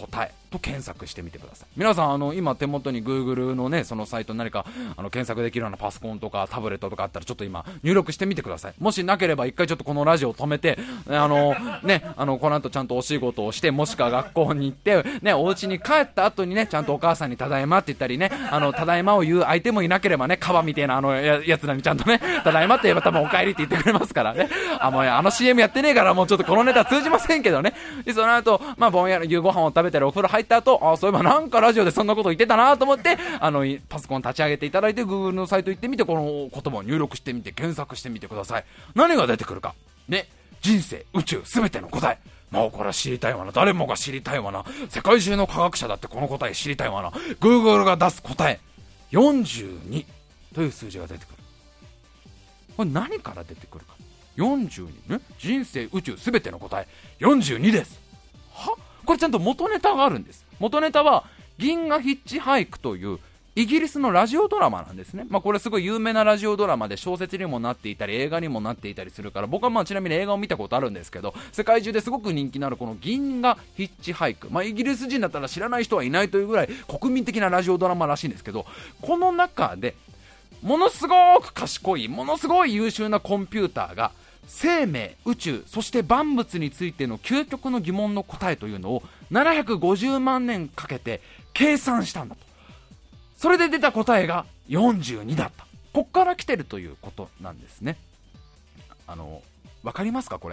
と検索してみてください。皆さん今手元に Google のねそのサイトに何か検索できるようなパソコンとかタブレットとかあったらちょっと今入力してみてください。もしなければ一回ちょっとこのラジオを止めてこの後ちゃんとお仕事をして、もしくは学校に行ってね、お家に帰った後にねちゃんとお母さんにただいまって言ったりね、ただいまを言う相手もいなければね、カバみたいなやつらにちゃんとねただいまって言えば多分お帰りって言ってくれますからね。もうCM やってねえからもうちょっとこのネタ通じませんけどね。でその後ぼんやり夕ご飯を食べたりお風呂入った後、そういえばなんかラジオでそんなこと言ってたなと思ってパソコン立ち上げていただいて Google のサイト行ってみて、この言葉を入力してみて検索してみてください。何が出てくるかね、人生宇宙すべての答え、これは知りたいわな、誰もが知りたいわな、世界中の科学者だってこの答え知りたいわな、 Google が出す答え42という数字が出てくる。これ何から出てくるか。42ね、人生宇宙すべての答え42です。これちゃんと元ネタがあるんです。元ネタは銀河ヒッチハイクというイギリスのラジオドラマなんですね。これすごい有名なラジオドラマで小説にもなっていたり映画にもなっていたりするから、僕はちなみに映画を見たことあるんですけど、世界中ですごく人気のあるこの銀河ヒッチハイク、イギリス人だったら知らない人はいないというぐらい国民的なラジオドラマらしいんですけど、この中でものすごく賢い、ものすごい優秀なコンピューターが生命、宇宙、そして万物についての究極の疑問の答えというのを750万年かけて計算したんだと。それで出た答えが42だった。こっから来てるということなんですね。わかりますかこれ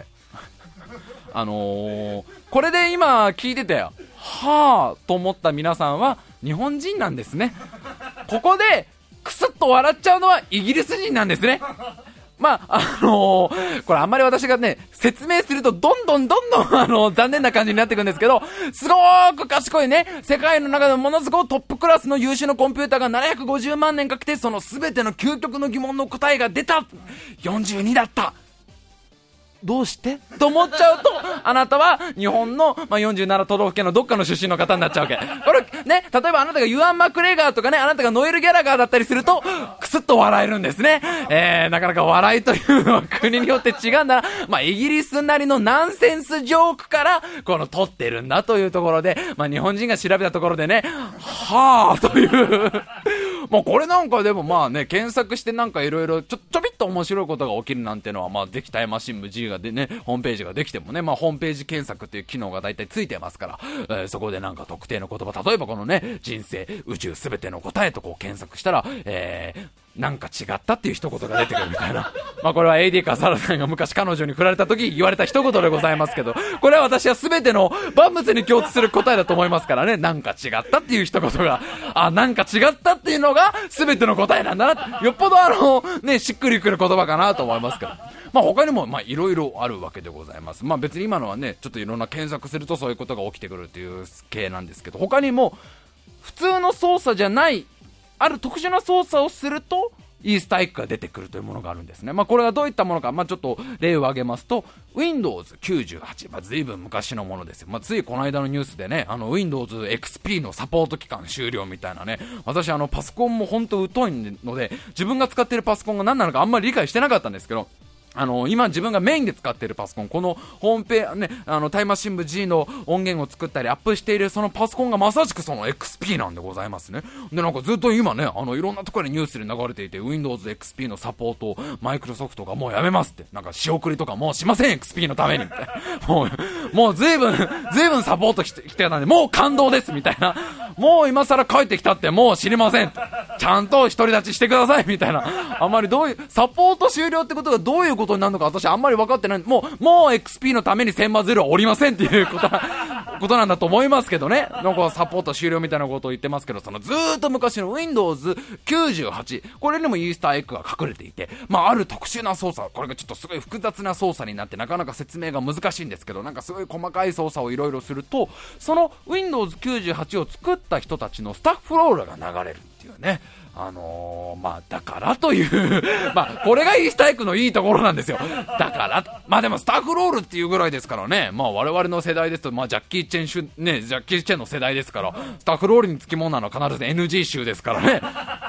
これで今聞いててはぁと思った皆さんは日本人なんですね。ここでクスッと笑っちゃうのはイギリス人なんですね。これあんまり私がね説明するとどんどん残念な感じになっていくんですけど、すごーく賢いね、世界の中でものすごいトップクラスの優秀なコンピューターが750万年かけてその全ての究極の疑問の答えが出た。42だった。どうしてと思っちゃうと、あなたは日本の、47都道府県のどっかの出身の方になっちゃうわけ。これね、例えばあなたがユアン・マクレガーとかね、あなたがノエル・ギャラガーだったりするとクスッと笑えるんですね。なかなか笑いというのは国によって違うんだな。イギリスなりのナンセンスジョークからこの取ってるんだというところで、日本人が調べたところでね、はぁというこれなんかでも検索してなんかいろいろちょびっと面白いことが起きるなんてのはぜきタイマー新聞 G がでね、ホームページができてもね、ホームページ検索っていう機能が大体ついてますから、そこでなんか特定の言葉、例えばこのね、人生宇宙すべての答えと検索したら、なんか違ったっていう一言が出てくるみたいなこれは AD 笠原さんが昔彼女に振られた時言われた一言でございますけど、これは私は全ての万物に共通する答えだと思いますからね。なんか違ったっていう一言がなんか違ったっていうのが全ての答えなんだな、よっぽどしっくりくる言葉かなと思いますけど、他にもいろいろあるわけでございます。別に今のはねちょっといろんな検索するとそういうことが起きてくるっていう系なんですけど、他にも普通の操作じゃないある特殊な操作をするとイースターエッグが出てくるというものがあるんですね。これがどういったものか、ちょっと例を挙げますと Windows 98、ずいぶん昔のものですよ。ついこの間のニュースでね、Windows XP のサポート期間終了みたいなね、私パソコンも本当疎いので自分が使っているパソコンが何なのかあんまり理解してなかったんですけど、今自分がメインで使っているパソコン、このホームページね、タイマー新聞 G の音源を作ったりアップしているそのパソコンがまさしくその XP なんでございますね。でなんかずっと今ね、いろんなところにニュースで流れていて Windows XP のサポートをマイクロソフトがもうやめますって、なんか仕送りとかもうしません XP のためにみたいなもうずいぶんサポートしてきてたんでもう感動ですみたいな、もう今更帰ってきたってもう知りません、ちゃんと独り立ちしてくださいみたいな、あんまりどういうサポート終了ってことがどういうことになるのか私あんまり分かってない。もう XP のために千羽鶴はおりませんっていうことなんだと思いますけどね。なんかサポート終了みたいなことを言ってますけど、そのずーっと昔の Windows 98、これにもイースターエッグが隠れていて、ある特殊な操作、これがちょっとすごい複雑な操作になってなかなか説明が難しいんですけど、なんかすごい細かい操作をいろいろすると、その Windows 98を作った人たちのスタッフロールが流れるっていうね。だからというこれがイースターエッグのいいところなんですよ。だからでもスタッフロールっていうぐらいですからね、我々の世代ですとジャッキーチェンの世代ですから、スタッフロールにつきものなのは必ず NG 集ですからね。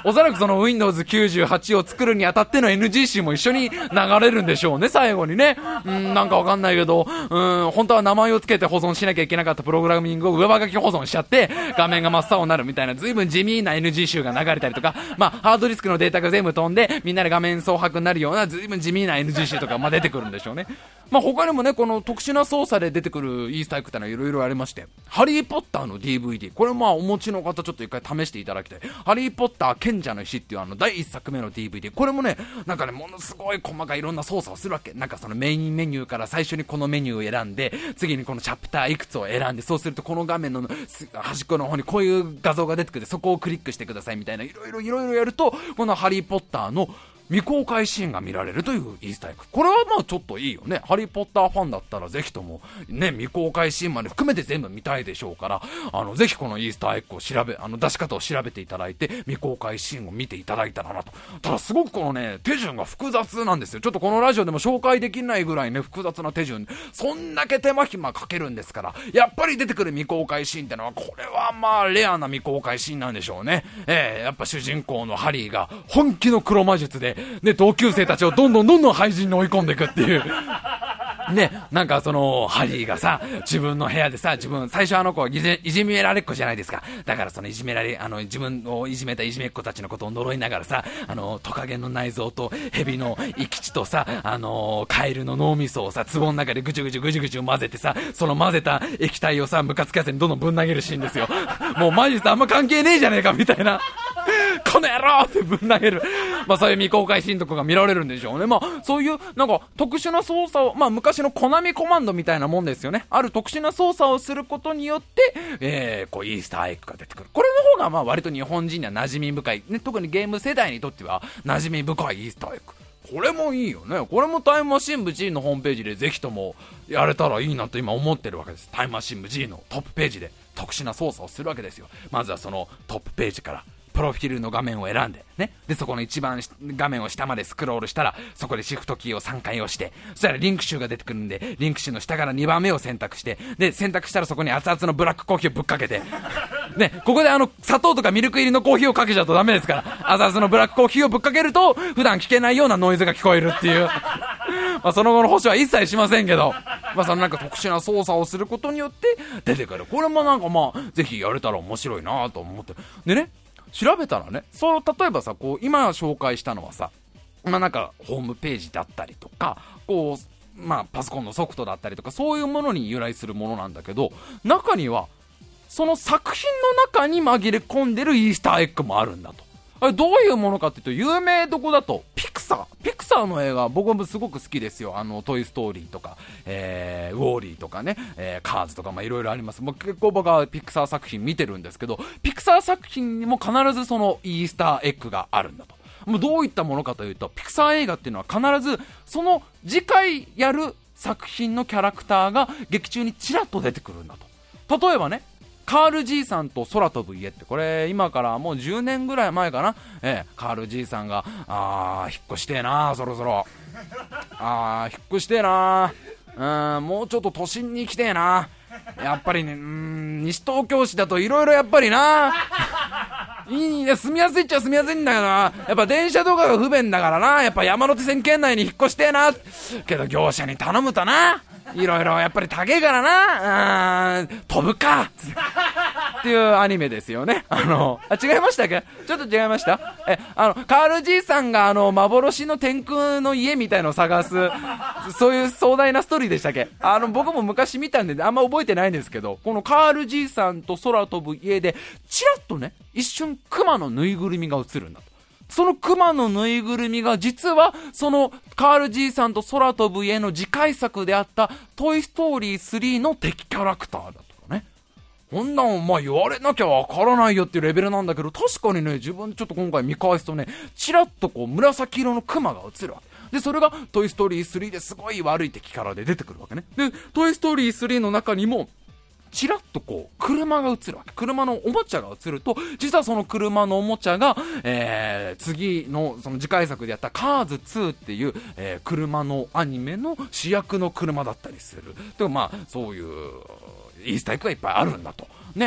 おそらくその Windows 98を作るにあたっての NG 集も一緒に流れるんでしょうね、最後にね。なんかわかんないけど、本当は名前を付けて保存しなきゃいけなかったプログラミングを上書き保存しちゃって、画面が真っ青になるみたいな、随分地味な NG 集が流れたりとか、ハードディスクのデータが全部飛んで、みんなで画面蒼白になるような、随分地味な NG 集とか、出てくるんでしょうね。他にもね、この特殊な操作で出てくるイースターエッグってのはいろいろありまして、ハリーポッターの DVD、これお持ちの方ちょっと一回試していただきたい。ハリーポッター賢者の石っていう第1作目の DVD、これもね、なんかね、ものすごい細かいいろんな操作をするわけ。なんかそのメインメニューから最初にこのメニューを選んで、次にこのチャプターいくつを選んで、そうするとこの画面の端っこの方にこういう画像が出てくる、そこをクリックしてくださいみたいな、いろいろやると、このハリーポッターの未公開シーンが見られるというイースターエッグ。これはちょっといいよね。ハリーポッターファンだったらぜひともね、未公開シーンまで含めて全部見たいでしょうから、ぜひこのイースターエッグを出し方を調べていただいて、未公開シーンを見ていただいたらなと。ただすごくこのね、手順が複雑なんですよ。ちょっとこのラジオでも紹介できないぐらいね、複雑な手順。そんだけ手間暇かけるんですから、やっぱり出てくる未公開シーンってのは、これはレアな未公開シーンなんでしょうね。やっぱ主人公のハリーが本気の黒魔術で、同級生たちをどんどん廃人に追い込んでいくっていう。ね、なんかその、ハリーがさ、自分の部屋でさ、最初子いじめられっ子じゃないですか。だからその自分をいじめたいじめっ子たちのことを呪いながらさ、トカゲの内臓と蛇の生き血とさ、カエルの脳みそをさ、壺の中でぐちゅぐちゅ混ぜてさ、その混ぜた液体をさ、ムカつかせにどんどんぶん投げるシーンですよ。もうマジであんま関係ねえじゃねえかみたいな。この野郎ってぶん投げる。そういう未公開シーンとかが見られるんでしょうね。そういう、なんか、特殊な操作を、昔のコナミコマンドみたいなもんですよね。ある特殊な操作をすることによって、イースターエッグが出てくる。これの方が、割と日本人には馴染み深い、ね、特にゲーム世代にとっては、馴染み深いイースターエッグ。これもいいよね。これもタイムマシン部 G のホームページでぜひともやれたらいいなと今思ってるわけです。タイムマシン部 G のトップページで特殊な操作をするわけですよ。まずはそのトップページからプロフィールの画面を選んで、ね。で、そこの一番画面を下までスクロールしたら、そこでシフトキーを3回押して、そしたらリンク集が出てくるんで、リンク集の下から2番目を選択して、で、選択したらそこに熱々のブラックコーヒーをぶっかけて、ね、ここで砂糖とかミルク入りのコーヒーをかけちゃうとダメですから、熱々のブラックコーヒーをぶっかけると、普段聞けないようなノイズが聞こえるっていう。その後の保証は一切しませんけど、そのなんか特殊な操作をすることによって出てくる。これもなんかぜひやれたら面白いなと思って。でね、調べたらね、例えばさ、今紹介したのはさ、なんかホームページだったりとか、パソコンのソフトだったりとか、そういうものに由来するものなんだけど、中にはその作品の中に紛れ込んでるイースターエッグもあるんだと。あれどういうものかっていうと、有名どこだとピクサーの映画、僕もすごく好きですよ。トイストーリーとか、ウォーリーとかね、カーズとかいろいろあります。結構僕はピクサー作品見てるんですけど、ピクサー作品にも必ずそのイースターエッグがあるんだと。どういったものかというと、ピクサー映画っていうのは必ずその次回やる作品のキャラクターが劇中にちらっと出てくるんだと。例えばね、カール爺さんと空飛ぶ家って、これ今からもう10年ぐらい前かな、カール爺さんが引っ越してえな、そろそろ引っ越してえな、もうちょっと都心に来てえな、やっぱりね、西東京市だといろいろやっぱりないいね、住みやすいっちゃ住みやすいんだけどな、やっぱ電車とかが不便だからな、やっぱ山手線圏内に引っ越してえな、けど業者に頼むとな、いろいろやっぱり高えからな、飛ぶかっていうアニメですよね。違いましたっけ？ちょっと違いました？カール爺さんが幻の天空の家みたいのを探す、そういう壮大なストーリーでしたっけ？僕も昔見たんであんま覚えてないんですけど、このカール爺さんと空飛ぶ家でチラッとね、一瞬熊のぬいぐるみが映るんだと。その熊のぬいぐるみが実はそのカール爺さんと空飛ぶ家の次回作であったトイストーリー3の敵キャラクターだとかね。こんなん言われなきゃわからないよっていうレベルなんだけど、確かにね、自分ちょっと今回見返すとね、チラッと紫色の熊が映るわけで、それがトイストーリー3ですごい悪い敵キャラで出てくるわけね。で、トイストーリー3の中にもチラッと車が映るわけ。車のおもちゃが映ると、実はその車のおもちゃが、次のその次回作でやったカーズ2っていう、車のアニメの主役の車だったりする。でそういうイースターエッグがいっぱいあるんだと。ね。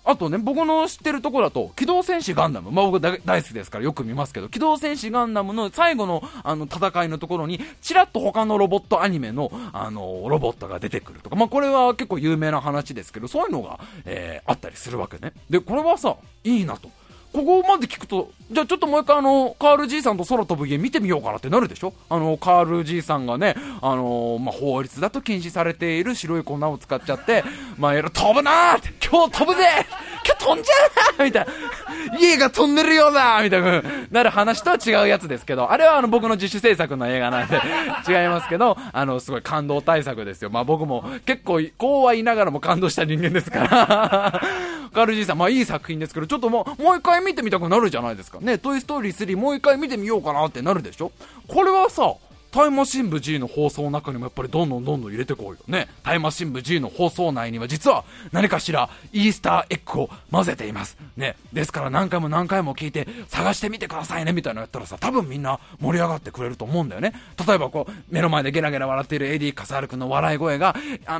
あとね、僕の知ってるところだと、機動戦士ガンダム、まあ僕大好きですからよく見ますけど、機動戦士ガンダムの最後の戦いのところに、ちらっと他のロボットアニメのロボットが出てくるとか、まあこれは結構有名な話ですけど、そういうのが、あったりするわけね。で、これはさ、いいなと。ここまで聞くと、じゃあちょっともう一回カールじいさんと空飛ぶ家見てみようかなってなるでしょ。カールじいさんがね、法律だと禁止されている白い粉を使っちゃって、飛ぶなーって、今日飛ぶぜ今日飛んじゃうなみたいな、家が飛んでるようだみたいななる話とは違うやつですけど、あれは僕の自主制作の映画なんで違いますけど、すごい感動大作ですよ。まあ僕も結構こうは言いながらも感動した人間ですからカールじいさん、まあいい作品ですけど、ちょっともう一回見てみたくなるじゃないですかね。トイストーリー3もう一回見てみようかなってなるでしょ。これはさ、タイムマシン部 G の放送の中にもやっぱりどんどん入れてこうよね。タイムマシン部 G の放送内には実は何かしらイースターエッグを混ぜていますね。ですから何回も聞いて探してみてくださいねみたいなのやったらさ、多分みんな盛り上がってくれると思うんだよね。例えばこう目の前でゲラゲラ笑っている AD 笠原くんの笑い声が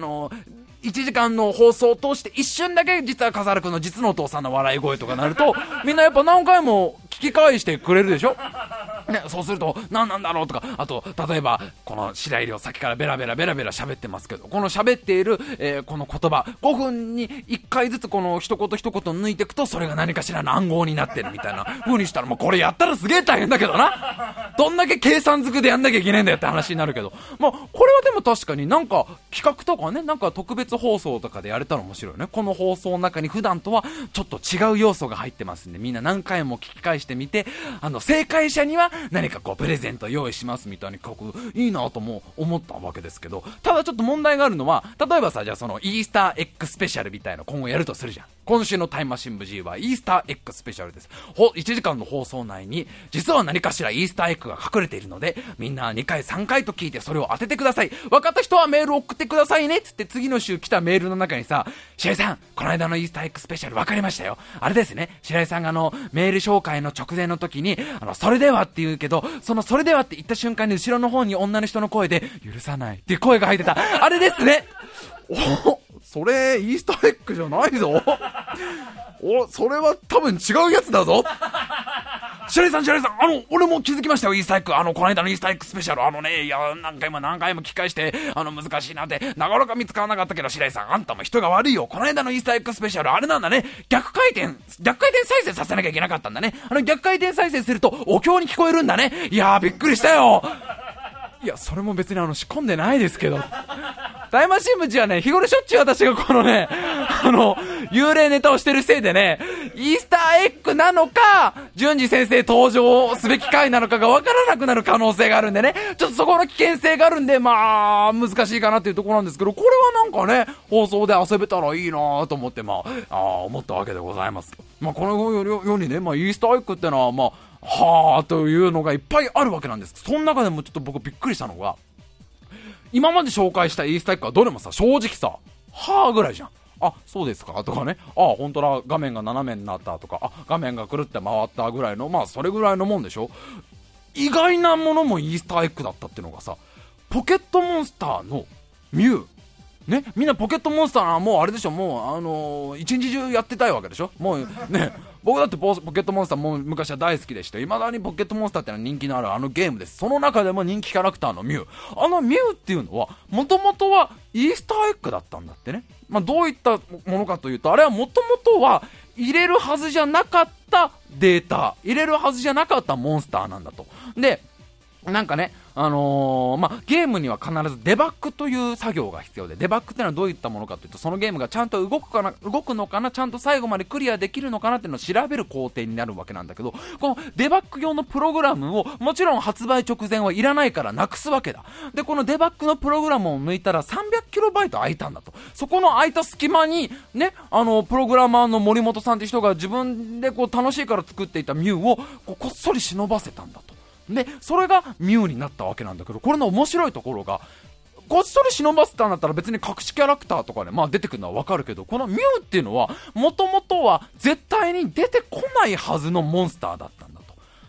1時間の放送を通して一瞬だけ実は笠原くんの実のお父さんの笑い声とかなるとみんなやっぱ何回も聞き返してくれるでしょね、そうすると何なんだろうとか、あと例えばこの白入りを先からベラベラ喋ってますけど、この喋っている、この言葉5分に1回ずつこの一言抜いていくと、それが何かしらの暗号になってるみたいな風にしたら、もうこれやったらすげえ大変だけどなどんだけ計算づくでやんなきゃいけないんだよって話になるけど、まあこれはでも確かになんか企画とかね、なんか特別放送とかでやれたら面白いよね。この放送の中に普段とはちょっと違う要素が入ってますんで、みんな何回も聞き返してみて、正解者には何かこうプレゼント用意しますみたいに書く、いいなとも思ったわけですけど、ただちょっと問題があるのは、例えばさ、じゃあそのイースターエッグスペシャルみたいな今後やるとするじゃん。今週のタイムマシン部 G はイースターエッグスペシャルです。1時間の放送内に実は何かしらイースターエッグが隠れているので、みんな2回3回と聞いてそれを当ててください。分かった人はメールを送ってくださいねつって、次の週来たメールの中にさ、白井さんこの間のイースターエッグスペシャル分かりましたよ、あれですね、白井さんがメール紹介の直前の時にそれではって言うけど、それではって言った瞬間に後ろの方に女の人の声で許さないっていう声が入ってた、あれですね。それイースターエッグじゃないぞそれは多分違うやつだぞ白井さん俺も気づきましたよ、イースターエッグ、この間のイースターエッグスペシャル、いや何回も聞き返して難しいなってなかなか見つからなかったけど、白井さんあんたも人が悪いよ、この間のイースターエッグスペシャルあれなんだね、逆回転再生させなきゃいけなかったんだね、逆回転再生するとお経に聞こえるんだね、いやーびっくりしたよ。いやそれも別に仕込んでないですけど、タイムマシン部 G はね、日頃しょっちゅう私がこのね幽霊ネタをしてるせいでね、イースターエッグなのか順次先生登場すべき回なのかがわからなくなる可能性があるんでね、ちょっとそこの危険性があるんで、まあ難しいかなっていうところなんですけど、これはなんかね放送で遊べたらいいなと思って思ったわけでございます。このようにね、イースターエッグってのははーというのがいっぱいあるわけなんです。その中でもちょっと僕びっくりしたのが、今まで紹介したイースターエッグはどれもさ、正直さ、はーぐらいじゃん。あ、そうですかとかね、あ、本当だ、画面が斜めになったとか、あ、画面がくるって回ったぐらいの、それぐらいのもんでしょ。意外なものもイースターエッグだったっていうのがさ、ポケットモンスターのミュウね、みんなポケットモンスターはもうあれでしょ、もう一日中やってたいわけでしょ。もうね僕だってポケットモンスターも昔は大好きでした。未だにポケットモンスターってのは人気のあるゲームです。その中でも人気キャラクターのミュウ、ミュウっていうのはもともとはイースターエッグだったんだってね。どういったものかというと、あれはもともとは入れるはずじゃなかったデータ、入れるはずじゃなかったモンスターなんだと。でなんかね、ゲームには必ずデバッグという作業が必要で、デバッグってのはどういったものかというと、そのゲームがちゃんと動くのかな、ちゃんと最後までクリアできるのかなっていうのを調べる工程になるわけなんだけど、このデバッグ用のプログラムをもちろん発売直前はいらないからなくすわけだ。でこのデバッグのプログラムを抜いたら 300KB 空いたんだと。そこの空いた隙間にね、プログラマーの森本さんって人が自分で楽しいから作っていたミュウをこっそり忍ばせたんだと。でそれがミュウになったわけなんだけど、これの面白いところが、こっそり忍ばせたんだったら別に隠しキャラクターとかで出てくるのはわかるけど、このミュウっていうのはもともとは絶対に出てこないはずのモンスターだったんだと。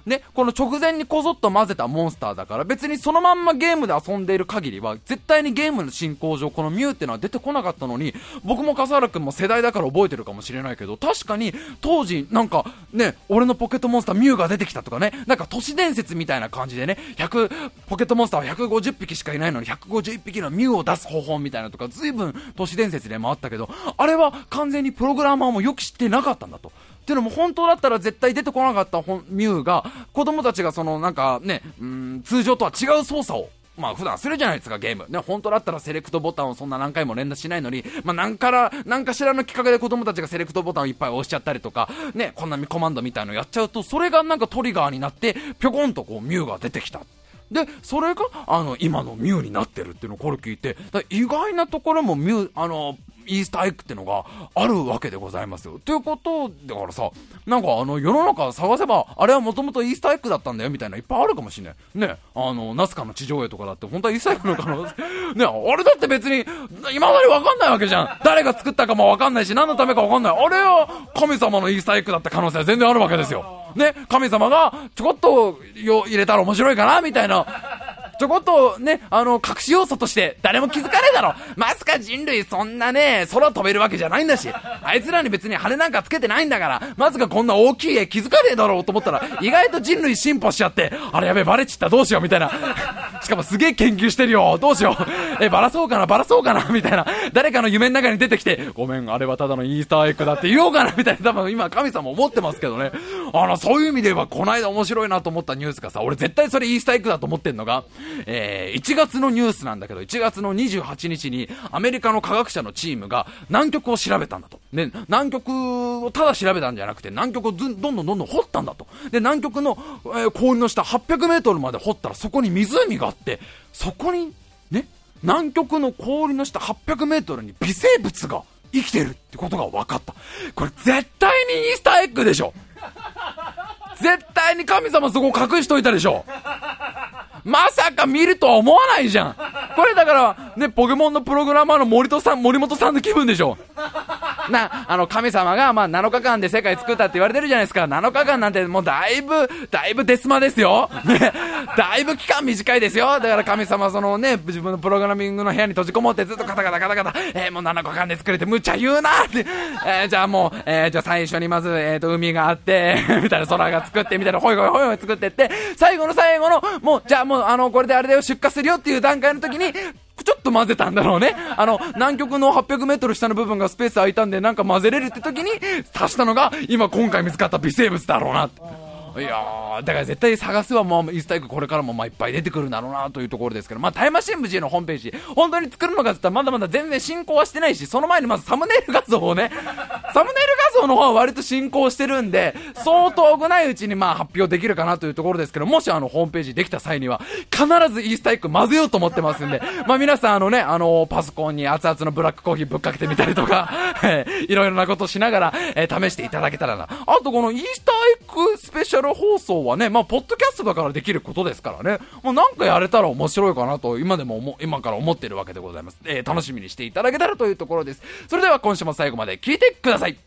ね、この直前にこぞっと混ぜたモンスターだから、別にそのまんまゲームで遊んでいる限りは絶対にゲームの進行上このミュウってのは出てこなかったのに、僕も笠原くんも世代だから覚えてるかもしれないけど、確かに当時なんかね、俺のポケットモンスターミュウが出てきたとかね、なんか都市伝説みたいな感じでね、ポケットモンスターは150匹しかいないのに151匹のミュウを出す方法みたいなとか、随分都市伝説でもあったけど、あれは完全にプログラマーもよく知ってなかったんだと。っていうのも、本当だったら絶対出てこなかったミュウが、子供たちがそのなんかね、通常とは違う操作をまあ普段するじゃないですか、ゲームね。本当だったらセレクトボタンをそんな何回も連打しないのに、まあなんかしらのきっかけで子供たちがセレクトボタンをいっぱい押しちゃったりとかね、こんなコマンドみたいのやっちゃうと、それがなんかトリガーになってぴょこんとこうミュウが出てきた。でそれが今のミュウになってるっていうのをこれ聞いて、意外なところもミュウイースターエッグってのがあるわけでございますよ。ということだからさ、なんか世の中探せばあれはもともとイースターエッグだったんだよみたいないっぱいあるかもしれないね。ナスカの地上絵とかだって本当はイースターエッグの可能性ね、あれだって別に未だに分かんないわけじゃん。誰が作ったかも分かんないし、何のためか分かんない。あれは神様のイースターエッグだった可能性は全然あるわけですよね。神様がちょこっと入れたら面白いかなみたいな、ちょこっとね、隠し要素として誰も気づかねえだろ。まさか人類そんなね、空飛べるわけじゃないんだし、あいつらに別に羽なんかつけてないんだから、まさかこんな大きい絵気づかねえだろうと思ったら、意外と人類進歩しちゃって、あれやべえバレちったどうしようみたいな。しかもすげえ研究してるよ、どうしよう、バラそうかなみたいな。誰かの夢の中に出てきて、ごめんあれはただのイースターエッグだって言おうかなみたいな、多分今神様思ってますけどね。そういう意味ではこの間面白いなと思ったニュースがさ、俺絶対それイースターエッグだと思ってんのが、1月のニュースなんだけど、1月の28日にアメリカの科学者のチームが南極を調べたんだと。で南極をただ調べたんじゃなくて、南極をどんどん掘ったんだと。で南極の、氷の下800メートルまで掘ったらそこに湖があって、そこにね、南極の氷の下800メートルに微生物が生きてるってことが分かった。これ絶対にイースターエッグでしょ。絶対に神様そこ隠しといたでしょ。まさか見るとは思わないじゃん。これだからね、ポケモンのプログラマーの森本さんの気分でしょ。神様が7日間で世界作ったって言われてるじゃないですか。7日間なんてもうだいぶデスマですよ、ね、だいぶ期間短いですよ。だから神様そのね、自分のプログラミングの部屋に閉じこもってずっとカタカタもう7日間で作れてむっちゃ言うなって、じゃあもう、じゃあ最初にまず、海があってみたいな、空が作ってみたいな、ほい作ってって、最後のもうじゃあもうこれであれだよ、出荷するよっていう段階の時にちょっと混ぜたんだろうね。南極の800メートル下の部分がスペース空いたんで、なんか混ぜれるって時に足したのが今回見つかった微生物だろうなって。いやー、だから絶対探すはもうイースターエッグこれからもいっぱい出てくるんだろうなというところですけど、タイムマシン部 G のホームページ本当に作るのかって言ったらまだまだ全然進行はしてないし、その前にまずサムネイル画像をねサムネイル画像の方は割と進行してるんで、相当危ないうちに発表できるかなというところですけど、もしホームページできた際には必ずイースターエッグ混ぜようと思ってますんで、皆さんパソコンに熱々のブラックコーヒーぶっかけてみたりとかいろいろなことしながら、試していただけたらな。あとこのイースターエッグスペシャル放送はね、ポッドキャストだからできることですからね、もうなんかやれたら面白いかなと今から思ってるわけでございます。楽しみにしていただけたらというところです。それでは今週も最後まで聞いてください。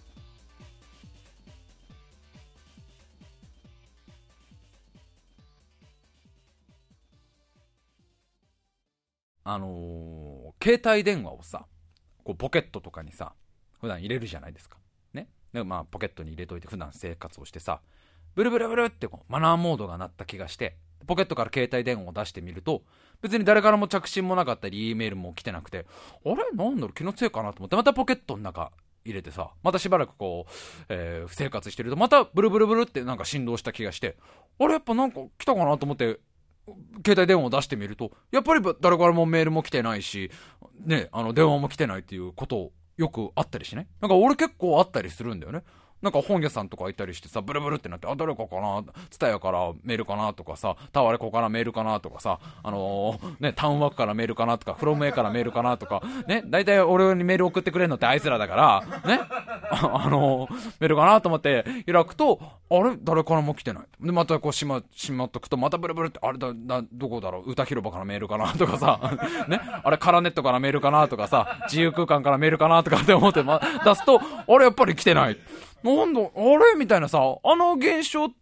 携帯電話をさ、こうポケットとかにさ普段入れるじゃないですかね。でポケットに入れといて普段生活をしてさ、ブルブルブルってマナーモードが鳴った気がして、ポケットから携帯電話を出してみると、別に誰からも着信もなかったり E メールも来てなくて、あれなんだろう、気のせいかなと思ってまたポケットの中入れてさ、またしばらく生活してるとまたブルブルブルってなんか振動した気がして、あれやっぱなんか来たかなと思って携帯電話を出してみると、やっぱり誰からもメールも来てないしね、電話も来てないっていうことよくあったりしね。なんか俺結構あったりするんだよね。なんか本屋さんとかいたりしてさ、ブルブルってなって、誰かかな、ツタヤからメールかなとかさ、タワレコからメールかなとかさ、タウンワークからメールかなとか、フロムエからメールかなとかね、大体俺にメール送ってくれるのってあいつらだからねメールかなと思って開くと、あれ誰からも来てない。でまたしまっとくと、またブルブルって、あれどこだろう、歌広場からメールかなとかさね、あれカラネットからメールかなとかさ、自由空間からメールかなとかって思って、出すと、あれやっぱり来てない。なんだあれみたいなさ、現象って結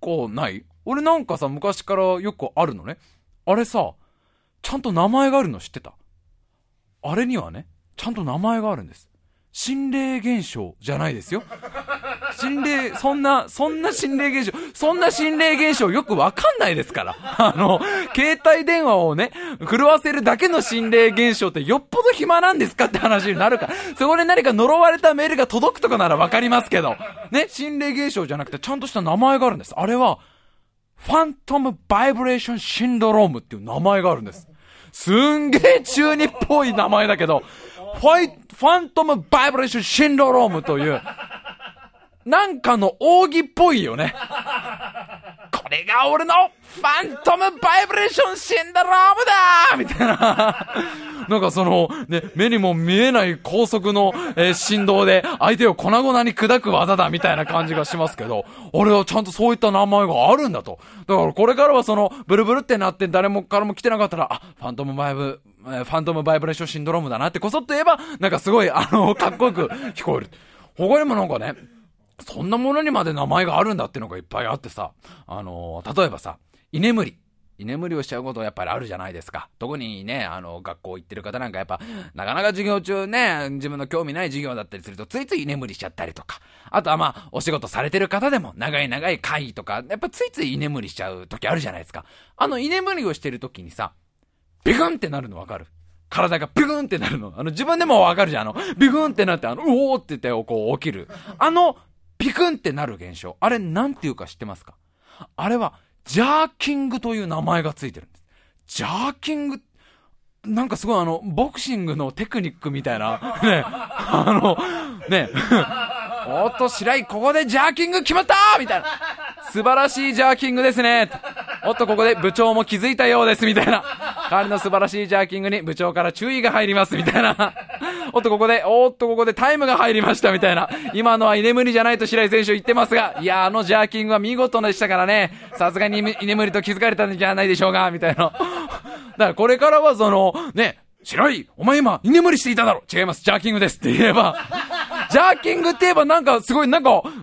構ない？俺なんかさ、昔からよくあるのね。あれさ、ちゃんと名前があるの知ってた？あれにはね、ちゃんと名前があるんです。心霊現象じゃないですよ。そんな心霊現象よくわかんないですから。携帯電話をね、震わせるだけの心霊現象ってよっぽど暇なんですかって話になるから。そこで何か呪われたメールが届くとかならわかりますけど。ね、心霊現象じゃなくてちゃんとした名前があるんです。あれは、ファントムバイブレーションシンドロームっていう名前があるんです。すんげえ中二っぽい名前だけど、ファントムバイブレーションシンドロームという、なんかの奥義っぽいよね。これが俺のファントムバイブレーションシンドロームだみたいな。なんかその、ね、目にも見えない高速の、振動で相手を粉々に砕く技だみたいな感じがしますけど、俺はちゃんとそういった名前があるんだと。だからこれからはその、ブルブルってなって誰もからも来てなかったら、ファントムバイブレーションシンドロームだなってこそっと言えば、なんかすごい、かっこよく聞こえる。他にもなんかね、そんなものにまで名前があるんだっていうのがいっぱいあってさ、例えばさ、居眠りをしちゃうことはやっぱりあるじゃないですか。特にね、学校行ってる方なんかやっぱ、なかなか授業中ね、自分の興味ない授業だったりすると、ついつい居眠りしちゃったりとか。あとはまあ、お仕事されてる方でも、長い会議とか、やっぱついつい居眠りしちゃう時あるじゃないですか。居眠りをしてる時にさ、ビクンってなるのわかる？体がビクンってなるの。自分でもわかるじゃん。ビクンってなって、うおーって言ってこう起きる。ビクンってなる現象。あれなんていうか知ってますか？あれは、ジャーキングという名前がついてるんです。ジャーキング、なんかすごいボクシングのテクニックみたいな、ね、おっと白井、ここでジャーキング決まったみたいな。素晴らしいジャーキングですね。おっとここで部長も気づいたようですみたいな。彼の素晴らしいジャーキングに部長から注意が入りますみたいな。ここでタイムが入りましたみたいな。今のは居眠りじゃないと白井選手言ってますが、いやジャーキングは見事でしたからね。さすがに居眠りと気づかれたんじゃないでしょうかみたいな。だからこれからはね、白井、お前今居眠りしていただろ。違います、ジャーキングですって言えば、ジャーキングって言えばなんかすごいなんか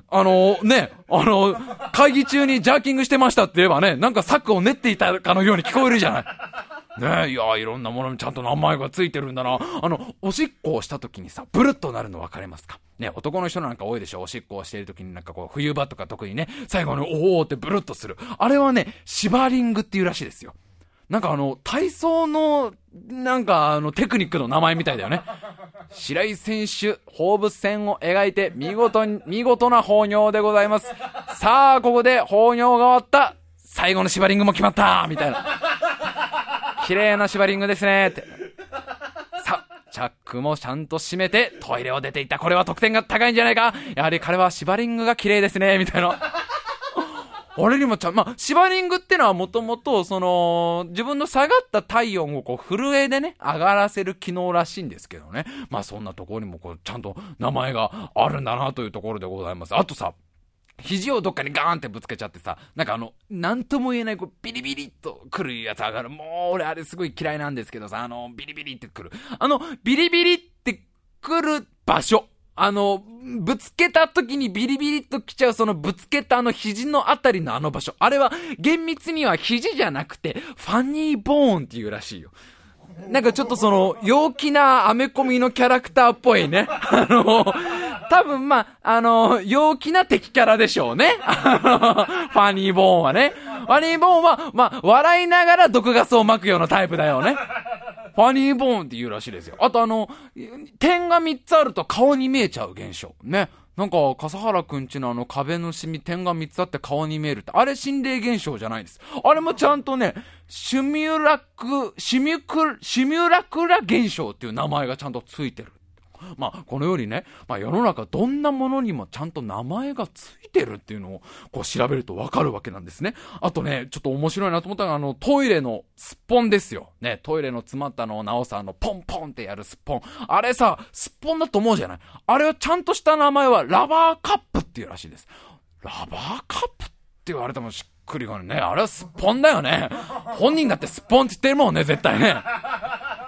会議中にジャーキングしてましたって言えばね、なんか策を練っていたかのように聞こえるじゃない。ねえ、いやいろんなものにちゃんと名前がついてるんだな。おしっこをした時にさ、ブルッとなるの分かりますかね？男の人なんか多いでしょ。おしっこをしている時になんかこう冬場とか特にね、最後におーってブルッとする。あれはね、シバリングっていうらしいですよ。なんか体操のなんかテクニックの名前みたいだよね。白井選手、放物線を描いて見事な放尿でございます。さあここで放尿が終わった。最後のシバリングも決まったみたいな。綺麗なシバリングですねって。さあ、チャックもちゃんと閉めてトイレを出ていった。これは得点が高いんじゃないか。やはり彼はシバリングが綺麗ですねみたいな。俺にもシバリングってのはもともと自分の下がった体温をこう震えでね上がらせる機能らしいんですけどね。そんなところにもこうちゃんと名前があるんだなというところでございます。あとさ、肘をどっかにガーンってぶつけちゃってさ、なんかなんとも言えないこうビリビリっと来るやつ上がる。もう俺あれすごい嫌いなんですけどさ、ビリビリって来る。ビリビリって来る場所。ぶつけた時にビリビリっと来ちゃうそのぶつけた肘のあたりの場所。あれは厳密には肘じゃなくてファニーボーンっていうらしいよ。なんかちょっと陽気なアメコミのキャラクターっぽいね。多分陽気な敵キャラでしょうね。ファニーボーンはね。ファニーボーンは、笑いながら毒ガスを撒くようなタイプだよね。ファニーボーンって言うらしいですよ。あと点が3つあると顔に見えちゃう現象。ね。なんか、笠原くんちの壁のシミ点が3つあって顔に見えるって。あれ心霊現象じゃないです。あれもちゃんとね、シミュラクラ現象っていう名前がちゃんとついてる。このようにね、世の中どんなものにもちゃんと名前がついてるっていうのをこう調べるとわかるわけなんですね。あとね、ちょっと面白いなと思ったのがトイレのすっぽんですよ。ね、トイレの詰まったのを直すポンポンってやるすっぽん。あれさ、すっぽんだと思うじゃない？あれはちゃんとした名前はラバーカップっていうらしいです。ラバーカップって言われてもしっくりがね、あれはすっぽんだよね。本人だってすっぽんって言ってるもんね、絶対ね。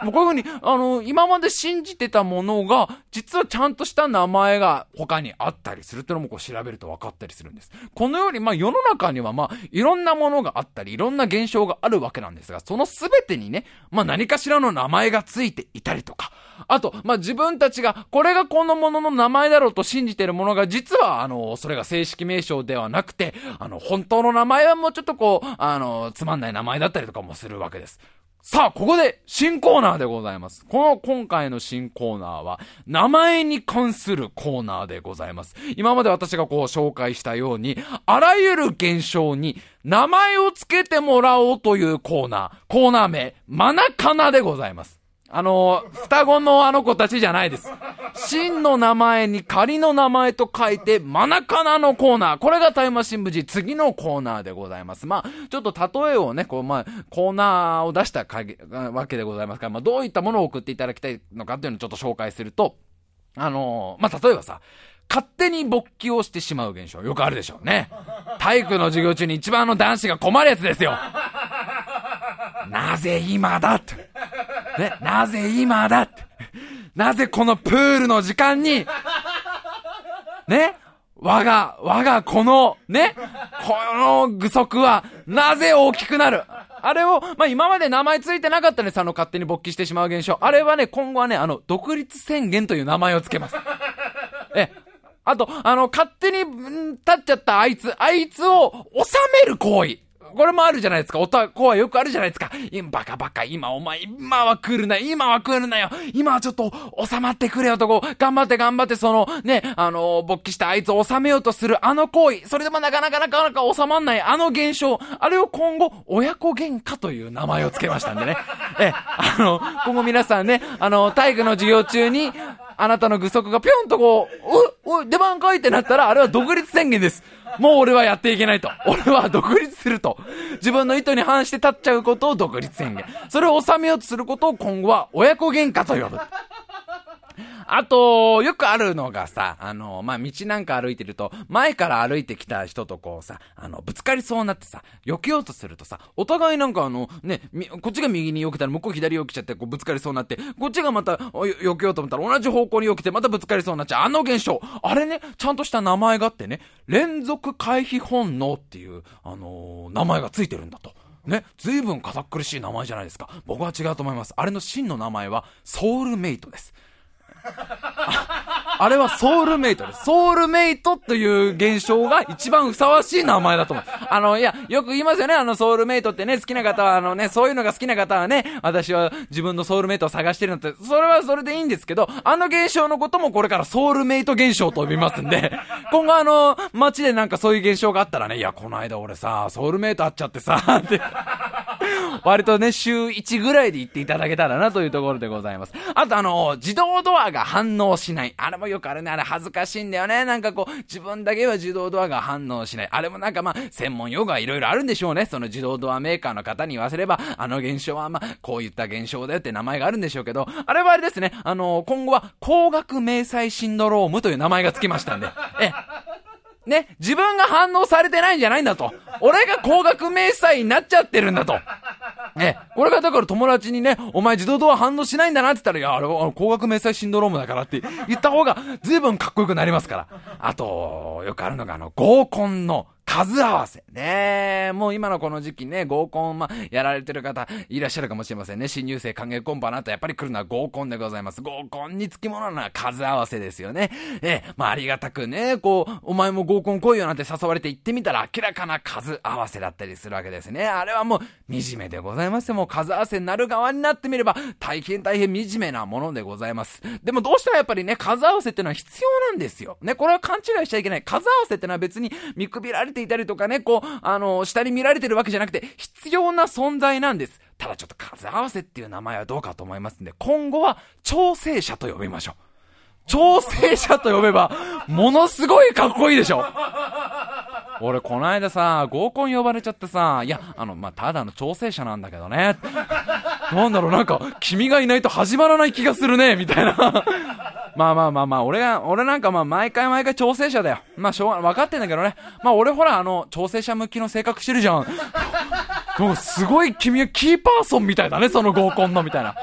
もうこういうふうに、今まで信じてたものが、実はちゃんとした名前が他にあったりするっていうのもこう調べると分かったりするんです。このように、世の中にはいろんなものがあったり、いろんな現象があるわけなんですが、そのすべてにね、何かしらの名前がついていたりとか、あと、自分たちが、これがこのものの名前だろうと信じているものが、実は、それが正式名称ではなくて、本当の名前はもうちょっとつまんない名前だったりとかもするわけです。さあ、ここで新コーナーでございます。今回の新コーナーは、名前に関するコーナーでございます。今まで私が紹介したように、あらゆる現象に名前をつけてもらおうというコーナー名、マナカナでございます。双子のあの子たちじゃないです。真の名前に仮の名前と書いて、マナカナのコーナー。これがタイムマシン部次、次のコーナーでございます。ちょっと例えをね、コーナーを出したわけでございますから、どういったものを送っていただきたいのかっていうのをちょっと紹介すると、例えばさ、勝手に勃起をしてしまう現象、よくあるでしょうね。体育の授業中に一番男子が困るやつですよ。なぜ今だって。ね、なぜ今だって。なぜこのプールの時間に、ね、我がこの、ね、この具足は、なぜ大きくなる。あれを、今まで名前ついてなかったね、勝手に勃起してしまう現象。あれはね、今後はね、独立宣言という名前をつけます。あと、勝手に、立っちゃったあいつを収める行為。これもあるじゃないですか。男はよくあるじゃないですか。バカ、今は来るなよ。今はちょっと収まってくれよと頑張って、勃起したあいつを収めようとするあの行為。それでもなかなか収まんないあの現象。あれを今後、親子喧嘩という名前をつけましたんでね。今後皆さんね、体育の授業中に、あなたの具足がぴょんと出番かいってなったら、あれは独立宣言です。もう俺はやっていけないと。俺は独立すると。自分の意図に反して立っちゃうことを独立宣言。それを収めようとすることを今後は親子喧嘩と呼ぶ。あと、よくあるのがさ、道なんか歩いてると、前から歩いてきた人とぶつかりそうになってさ、避けようとするとさ、お互いこっちが右に避けたら向こう左避けちゃって、ぶつかりそうになって、こっちがまた避けようと思ったら同じ方向に避けて、またぶつかりそうになっちゃう。あの現象。あれね、ちゃんとした名前があってね、連続回避本能っていう、名前がついてるんだと。ね、随分堅苦しい名前じゃないですか。僕は違うと思います。あれの真の名前は、ソウルメイトです。あれはソウルメイトです。ソウルメイトという現象が一番ふさわしい名前だと思う。よく言いますよね。ソウルメイトってね、好きな方はそういうのが好きな方はね、私は自分のソウルメイトを探してるなんて、それはそれでいいんですけど、現象のこともこれからソウルメイト現象と呼びますんで、今後街でそういう現象があったらね、いや、この間俺さ、ソウルメイト会っちゃってさ、って、割とね、週1ぐらいで言っていただけたらなというところでございます。あと自動ドアが反応しない。あれもよくあるね。あれ恥ずかしいんだよね。自分だけは自動ドアが反応しない。あれも専門用語はいろいろあるんでしょうね。その自動ドアメーカーの方に言わせれば、現象はこういった現象だよって名前があるんでしょうけど、あれはあれですね。今後は光学迷彩シンドロームという名前がつきましたんで。ね、自分が反応されてないんじゃないんだと。俺が光学迷彩になっちゃってるんだと。ね、これがだから友達にね、お前自動ドア反応しないんだなって言ったら、いや、あれ光学迷彩シンドロームだからって言った方が随分かっこよくなりますから。あと、よくあるのが合コンの数合わせ。ね、もう今のこの時期ね、合コン、やられてる方いらっしゃるかもしれませんね。新入生歓迎コンパの後やっぱり来るのは合コンでございます。合コンにつきものな数合わせですよね。ありがたくね、お前も合コン来いよなんて誘われて行ってみたら明らかな数合わせだったりするわけですね。あれはもう惨めでございますよ。もう数合わせになる側になってみれば大変惨めなものでございます。でもどうしてもやっぱりね、数合わせってのは必要なんですよ。ね、これは勘違いしちゃいけない。数合わせってのは別に見くびられていたりとかね、下に見られてるわけじゃなくて必要な存在なんです。ただちょっと数合わせっていう名前はどうかと思いますんで、今後は調整者と呼びましょう。調整者と呼べばものすごいかっこいいでしょ。俺この間さ、合コン呼ばれちゃってさ、いやただの調整者なんだけどね、なんだろう、君がいないと始まらない気がするねみたいな。俺なんか毎回調整者だよ。しょうがない、分かってんだけどね。俺ほら調整者向きの性格してるじゃん。もうすごい君はキーパーソンみたいだね、その合コンのみたいな。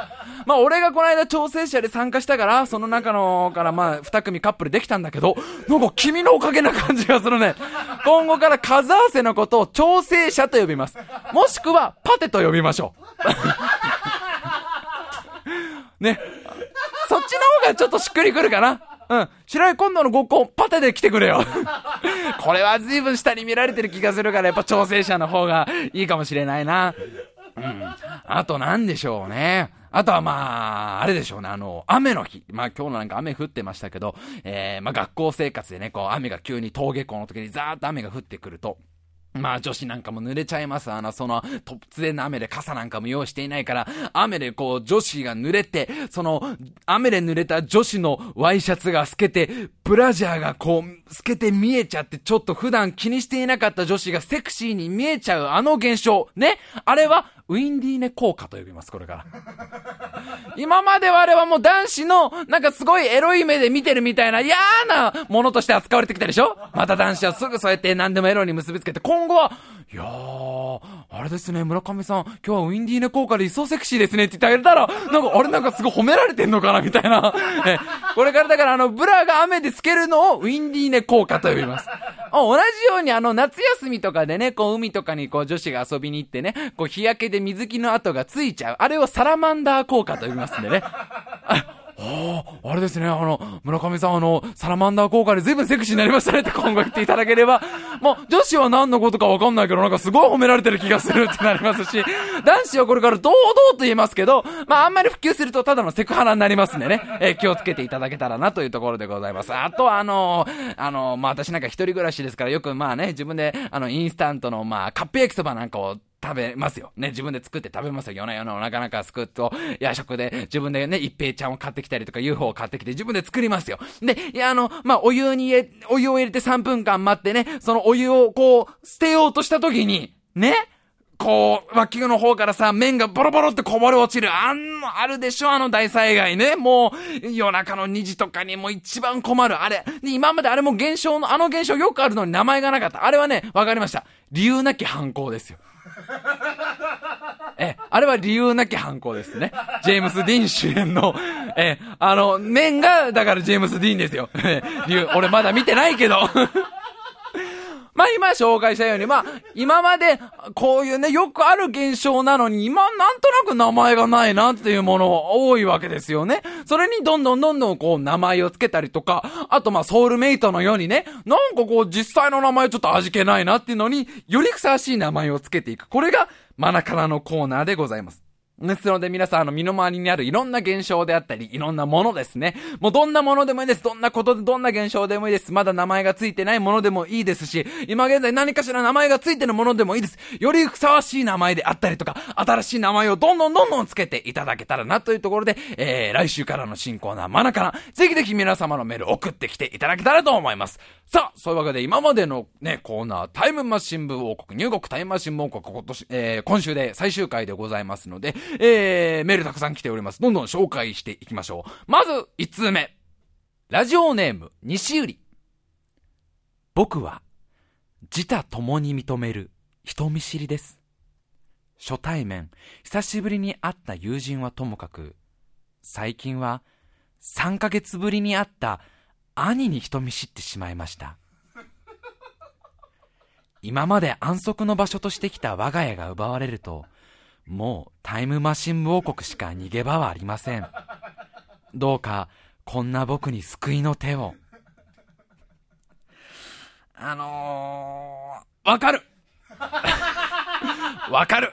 まあ俺がこの間調整者で参加したから、その中のからまあ2組カップルできたんだけど、なんか君のおかげな感じがするね。今後から数合わせのことを調整者と呼びます。もしくはパテと呼びましょう。ね。そっちの方がちょっとしっくりくるかな。白井今度の合コンパテで来てくれよ。これは随分下に見られてる気がするから、やっぱ調整者の方がいいかもしれないな。あとなんでしょうね。あとはまあ、あれでしょうね。雨の日。まあ今日のなんか雨降ってましたけど、まあ学校生活でね、こう雨が急に登下校の時にザーッと雨が降ってくると、まあ女子なんかも濡れちゃいます。その突然の雨で傘なんかも用意していないから、雨でこう女子が濡れて、その雨で濡れた女子のワイシャツが透けて、ブラジャーがこう透けて見えちゃって、ちょっと普段気にしていなかった女子がセクシーに見えちゃうあの現象。ね。あれはウィンディーネ効果と呼びます、これから。今まではあれはもう男子のなんかすごいエロい目で見てるみたいな嫌なものとして扱われてきたでしょ。また男子はすぐそうやって何でもエロに結びつけて、今後は、いやー、あれですね、村上さん、今日はウィンディーネ効果で一層セクシーですねって言ってあげたら、なんか、あれなんかすごい褒められてんのかなみたいな。これからだからブラが雨で透けるのをウィンディーネ効果と呼びます。同じように夏休みとかでね、こう海とかにこう女子が遊びに行ってね、こう日焼けで水着の跡がついちゃう。あれをサラマンダー効果と呼びますんでね。あれですね、村上さんサラマンダー効果で随分セクシーになりましたねって今後言っていただければ、もう女子は何のことか分かんないけど、なんかすごい褒められてる気がするってなりますし、男子はこれから堂々と言いますけど、まああんまり普及するとただのセクハラになりますんでね、気をつけていただけたらなというところでございます。あとはまあ私なんか一人暮らしですから、よくまあね、自分でインスタントのまあカップ焼きそばなんかを食べますよ。ね、自分で作って食べますよ。夜な夜なお腹なんかすくっと、夜食で自分でね、一平ちゃんを買ってきたりとか UFO を買ってきて自分で作りますよ。で、まあ、お湯を入れて3分間待ってね、そのお湯をこう、捨てようとした時に、ね、こう、脇の方からさ、麺がボロボロってこぼれ落ちる。あるでしょ、大災害ね。もう、夜中の2時とかにもう一番困る。あれ。で、今まであれも現象よくあるのに名前がなかった。あれはね、わかりました。理由なき犯行ですよ。あれは理由なき犯行ですね。ジェームス・ディーン主演の、麺が、だからジェームス・ディーンですよ。俺まだ見てないけど。まあ今紹介したように、まあ今までこういうね、よくある現象なのに、今なんとなく名前がないなっていうもの多いわけですよね。それにどんどんこう名前をつけたりとか、あとまあソウルメイトのようにね、なんかこう実際の名前ちょっと味気ないなっていうのに、よりふさわしい名前をつけていく。これがマナカナのコーナーでございます。ですので皆さん身の回りにあるいろんな現象であったり、いろんなものですね。もうどんなものでもいいです。どんなことでどんな現象でもいいです。まだ名前がついてないものでもいいですし、今現在何かしら名前がついてるものでもいいです。よりふさわしい名前であったりとか、新しい名前をどんどんつけていただけたらなというところで、来週からの新コーナーマナカナ、ぜひぜひ皆様のメール送ってきていただけたらと思います。さあ、そういうわけで今までのね、コーナー、タイムマシン部王国、入国タイムマシン部王国、今週で最終回でございますので、メールたくさん来ております。どんどん紹介していきましょう。まず、1通目。ラジオネーム、西売り。僕は、自他共に認める人見知りです。初対面、久しぶりに会った友人はともかく、最近は、3ヶ月ぶりに会った兄に人見知ってしまいました。今まで安息の場所としてきた我が家が奪われると、もうタイムマシン部王国しか逃げ場はありません。どうかこんな僕に救いの手を。わかるわかる。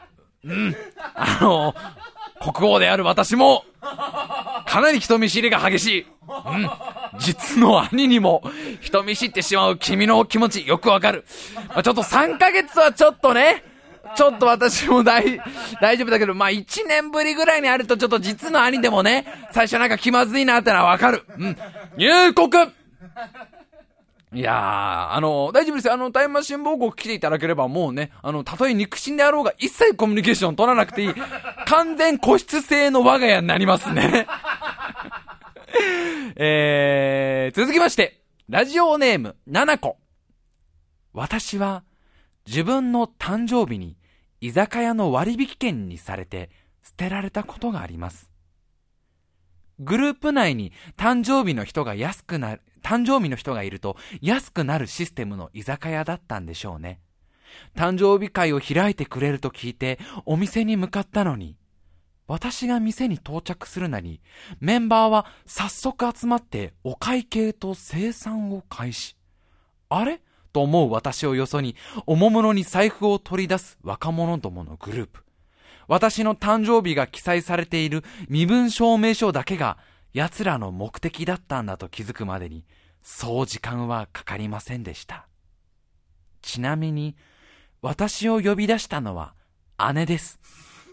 国王である私もかなり人見知りが激しい。実の兄にも人見知ってしまう君の気持ちよくわかる。ちょっと3ヶ月はちょっとね、ちょっと私も大丈夫だけど、まあ1年ぶりぐらいにあるとちょっと実の兄でもね、最初なんか気まずいなってのはわかる。入国いやー、大丈夫ですよ。タイムマシン王国来ていただければもうね、たとえ肉親であろうが一切コミュニケーション取らなくていい。完全個室制の我が家になりますね。続きまして、ラジオネーム、ななこ。私は、自分の誕生日に居酒屋の割引券にされて捨てられたことがあります。 グループ内に誕生日の人がいると安くなるシステムの居酒屋だったんでしょうね。誕生日会を開いてくれると聞いてお店に向かったのに、私が店に到着するなり、メンバーは早速集まってお会計と精算を開始。あれと思う私をよそに、おもむろに財布を取り出す若者どものグループ。私の誕生日が記載されている身分証明書だけが奴らの目的だったんだと気づくまでに、そう時間はかかりませんでした。ちなみに、私を呼び出したのは姉です。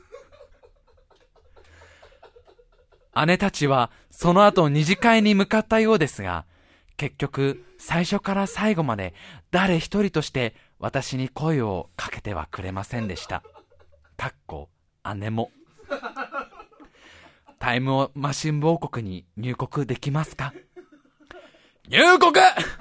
姉たちはその後二次会に向かったようですが、結局最初から最後まで誰一人として私に声をかけてはくれませんでした。姉も。タイムマシン部王国に入国できますか？入国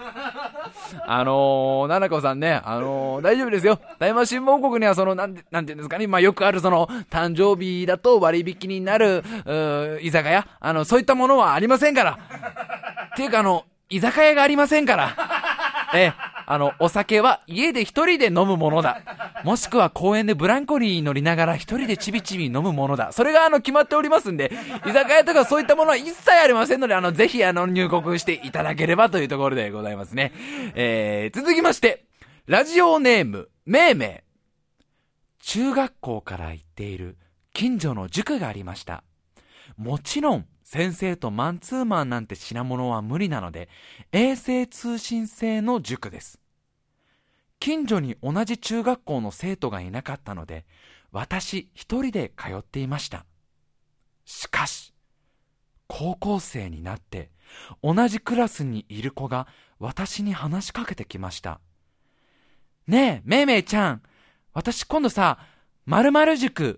ななこさんね、大丈夫ですよ。タイムマシン部王国にはなんていうんですかね、よくある誕生日だと割引になる、居酒屋、そういったものはありませんから。っていうか居酒屋がありませんから。お酒は家で一人で飲むものだ。もしくは公園でブランコに乗りながら一人でちびちび飲むものだ。それが決まっておりますんで、居酒屋とかそういったものは一切ありませんので、ぜひ入国していただければというところでございますね。続きまして、ラジオネーム、めいめい。中学校から行っている近所の塾がありました。もちろん、先生とマンツーマンなんて品物は無理なので、衛星通信制の塾です。近所に同じ中学校の生徒がいなかったので、私一人で通っていました。しかし、高校生になって、同じクラスにいる子が私に話しかけてきました。ねえ、めいめいちゃん、私今度さ、〇〇塾、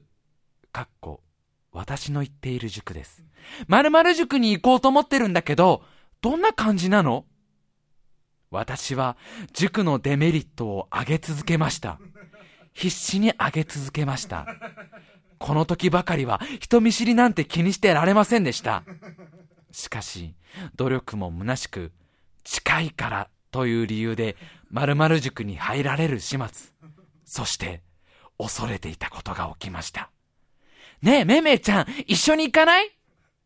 私の行っている塾です。〇〇塾に行こうと思ってるんだけど、どんな感じなの？私は塾のデメリットを挙げ続けました。必死に挙げ続けました。この時ばかりは人見知りなんて気にしてられませんでした。しかし、努力も虚しく、近いからという理由で〇〇塾に入られる始末。そして、恐れていたことが起きました。ねえ、めいめいちゃん、一緒に行かない？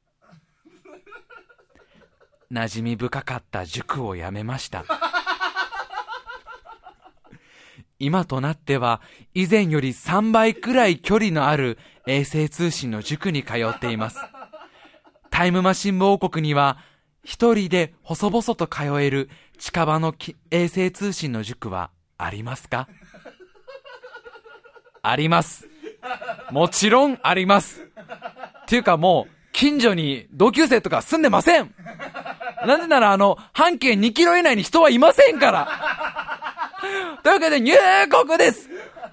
馴染み深かった塾を辞めました。今となっては以前より3倍くらい距離のある衛星通信の塾に通っています。タイムマシン部王国には一人で細々と通える近場の衛星通信の塾はありますか？あります。もちろんあります。っていうかもう近所に同級生とか住んでません。なぜなら半径2キロ以内に人はいませんから。というわけで入国です。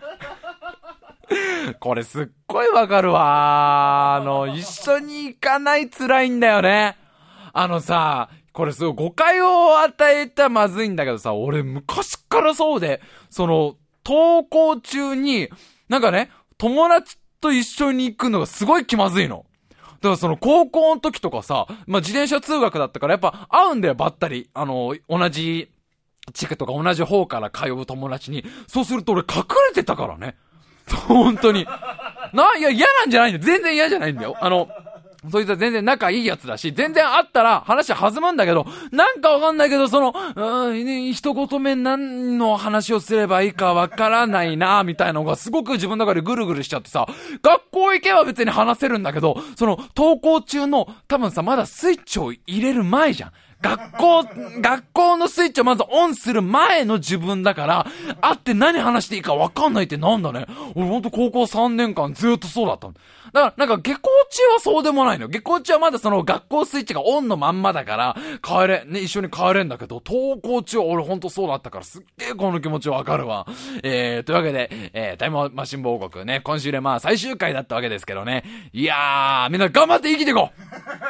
これすっごいわかるわ。一緒に行かない辛いんだよね。さ、これすごい誤解を与えたらまずいんだけどさ、俺昔からそうで、登校中に、なんかね、友達と一緒に行くのがすごい気まずいの。だから高校の時とかさ、自転車通学だったからやっぱ会うんだよ、ばったり。同じ地区とか同じ方から通う友達に。そうすると俺隠れてたからね。本当に。いや、嫌なんじゃないんだよ。全然嫌じゃないんだよ。そいつは全然仲いいやつだし、全然会ったら話弾むんだけど、なんかわかんないけど、一言目何の話をすればいいかわからないな、みたいなのがすごく自分の中でぐるぐるしちゃってさ、学校行けば別に話せるんだけど、登校中の、多分さ、まだスイッチを入れる前じゃん。学校のスイッチをまずオンする前の自分だから、会って何話していいか分かんないってなんだね。俺ほんと高校3年間ずっとそうだったの。だからなんか下校中はそうでもないの。下校中はまだ学校スイッチがオンのまんまだから、一緒に帰れんだけど、登校中は俺ほんとそうだったからすっげえこの気持ち分かるわ。というわけで、タイムマシン部王国ね、今週で最終回だったわけですけどね。いやー、みんな頑張って生きていこう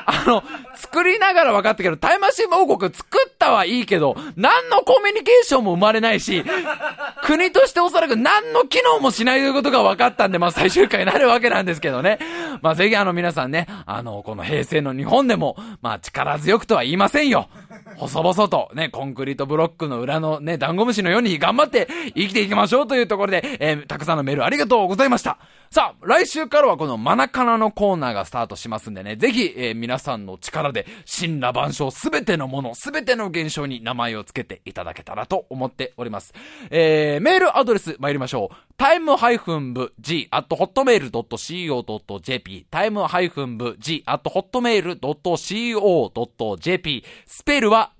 作りながら分かったけど、タイムマシン王国作ったはいいけど、何のコミュニケーションも生まれないし、国としておそらく何の機能もしないということが分かったんで、まあ最終回になるわけなんですけどね。まあぜひ皆さんね、この平成の日本でも、まあ力強くとは言いませんよ。細々とね、コンクリートブロックの裏のね、ダンゴムシのように頑張って生きていきましょうというところで、たくさんのメールありがとうございました。さあ、来週からはこのマナカナのコーナーがスタートしますんでね、ぜひ、皆さんの力で神羅万象すべてのもの、すべての現象に名前をつけていただけたらと思っております。メールアドレス参りましょう。time-bg@hotmail.co.jp time-bg@hotmail.co.jp スペルは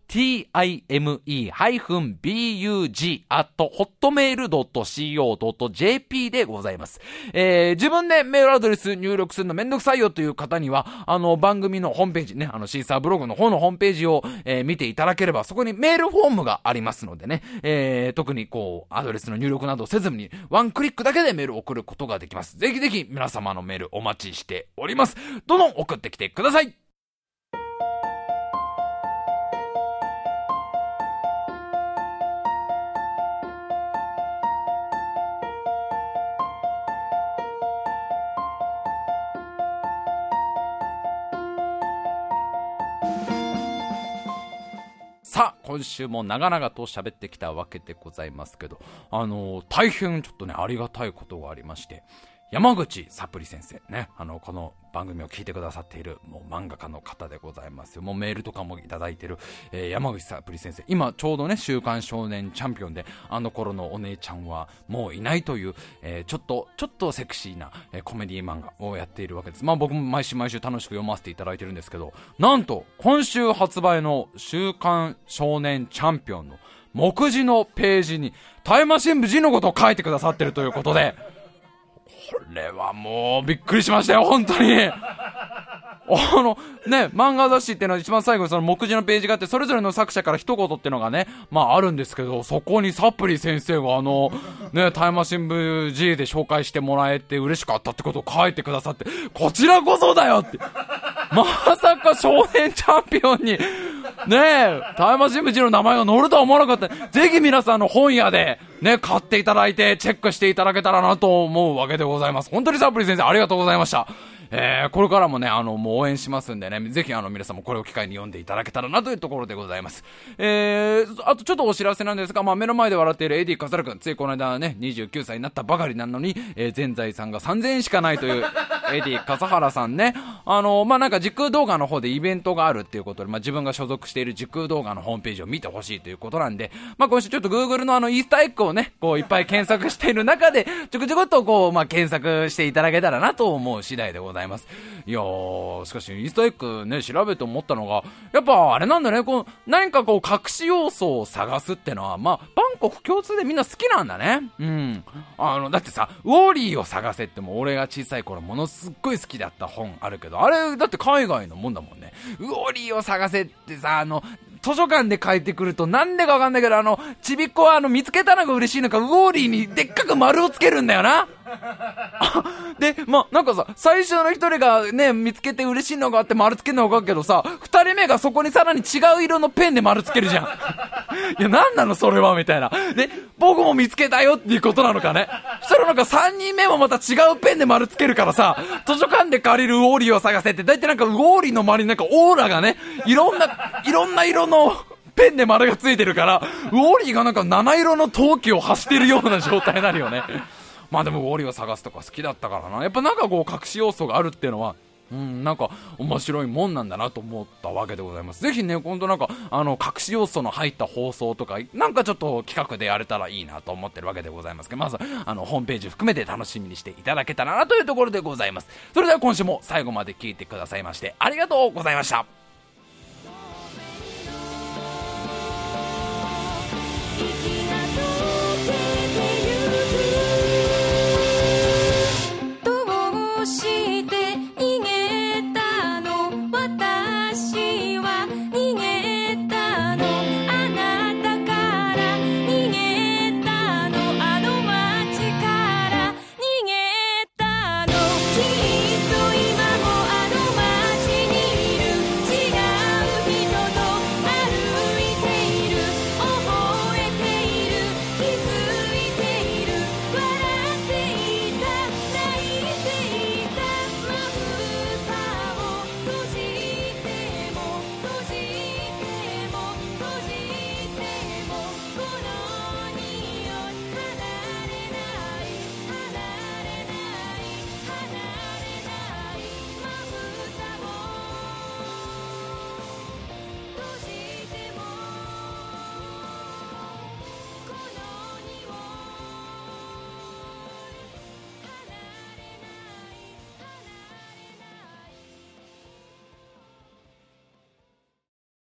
time-bug@hotmail.co.jp でございます。自分でメールアドレス入力するのめんどくさいよという方には、番組のホームページね、シーサーブログの方のホームページを、見ていただければ、そこにメールフォームがありますのでね、特にアドレスの入力などせずに、ワンクリックだけでメールを送ることができます。ぜひぜひ皆様のメールお待ちしております。どんどん送ってきてください。さあ、今週も長々と喋ってきたわけでございますけど、大変ちょっとね、ありがたいことがありまして、山口サプリ先生ね、この番組を聞いてくださっているもう漫画家の方でございますよ。もうメールとかもいただいている、山口サプリ先生、今ちょうどね、週刊少年チャンピオンで頃のお姉ちゃんはもういないという、ちょっとセクシーな、コメディ漫画をやっているわけです。まあ僕も毎週楽しく読ませていただいてるんですけど、なんと今週発売の週刊少年チャンピオンの目次のページにタイムマシン部 G のことを書いてくださってるということで、これはもうびっくりしましたよ、本当に。ね、漫画雑誌っていうのは一番最後にその目次のページがあって、それぞれの作者から一言っていうのがね、まああるんですけど、そこにサプリ先生がね、タイムマシン部 G で紹介してもらえて嬉しかったってことを書いてくださって、こちらこそだよって。まさか少年チャンピオンに、ねタイムマシン部 G の名前が載るとは思わなかった。ぜひ皆さんの本屋で、ね、買っていただいて、チェックしていただけたらなと思うわけでございます。本当にサプリ先生ありがとうございました。これからもね、もう応援しますんでね、ぜひ皆さんもこれを機会に読んでいただけたらなというところでございます。あとちょっとお知らせなんですが、まあ目の前で笑っているエディ・カサラ君、ついこの間ね、29歳になったばかりなのに、全財産が3000円しかないというエディ・笠原さんね、まあなんか時空動画の方でイベントがあるっていうことで、まあ自分が所属している時空動画のホームページを見てほしいということなんで、まあ今週ちょっと Google のイースターエッグをね、いっぱい検索している中で、ちょくちょくっとまあ検索していただけたらなと思う次第でございます。いやー、しかしイースターエッグね、調べて思ったのが、やっぱあれなんだね、何か隠し要素を探すってのは、まあ万国共通でみんな好きなんだね。うん。だってさ、ウォーリーを探せっても俺が小さい頃ものすっごい好きだった本あるけど、あれだって海外のもんだもんね。ウォーリーを探せってさ、図書館で書いてくるとなんでかわかんないけど、ちびっこは見つけたのが嬉しいのか、ウォーリーにでっかく丸をつけるんだよな。で、まあ、なんかさ、最初の一人がね、見つけて嬉しいのがあって丸つけるのがわかるけどさ、二人目がそこにさらに違う色のペンで丸つけるじゃん。いや、なんなのそれはみたいな。で、僕も見つけたよっていうことなのかね。そしたらなんか三人目もまた違うペンで丸つけるからさ、図書館で借りるウォーリーを探せって、だいたいなんかウォーリーの周りになんかオーラがね、いろんな色のペンで丸がついてるから、ウォーリーがなんか七色の陶器を発してるような状態になるよね。まあでもウォーリーを探すとか好きだったからな。やっぱなんか隠し要素があるっていうのは、なんか面白いもんなんだなと思ったわけでございます。ぜひね、今度なんか隠し要素の入った放送とかなんかちょっと企画でやれたらいいなと思ってるわけでございますけど、まずホームページ含めて楽しみにしていただけたらなというところでございます。それでは今週も最後まで聞いてくださいましてありがとうございました。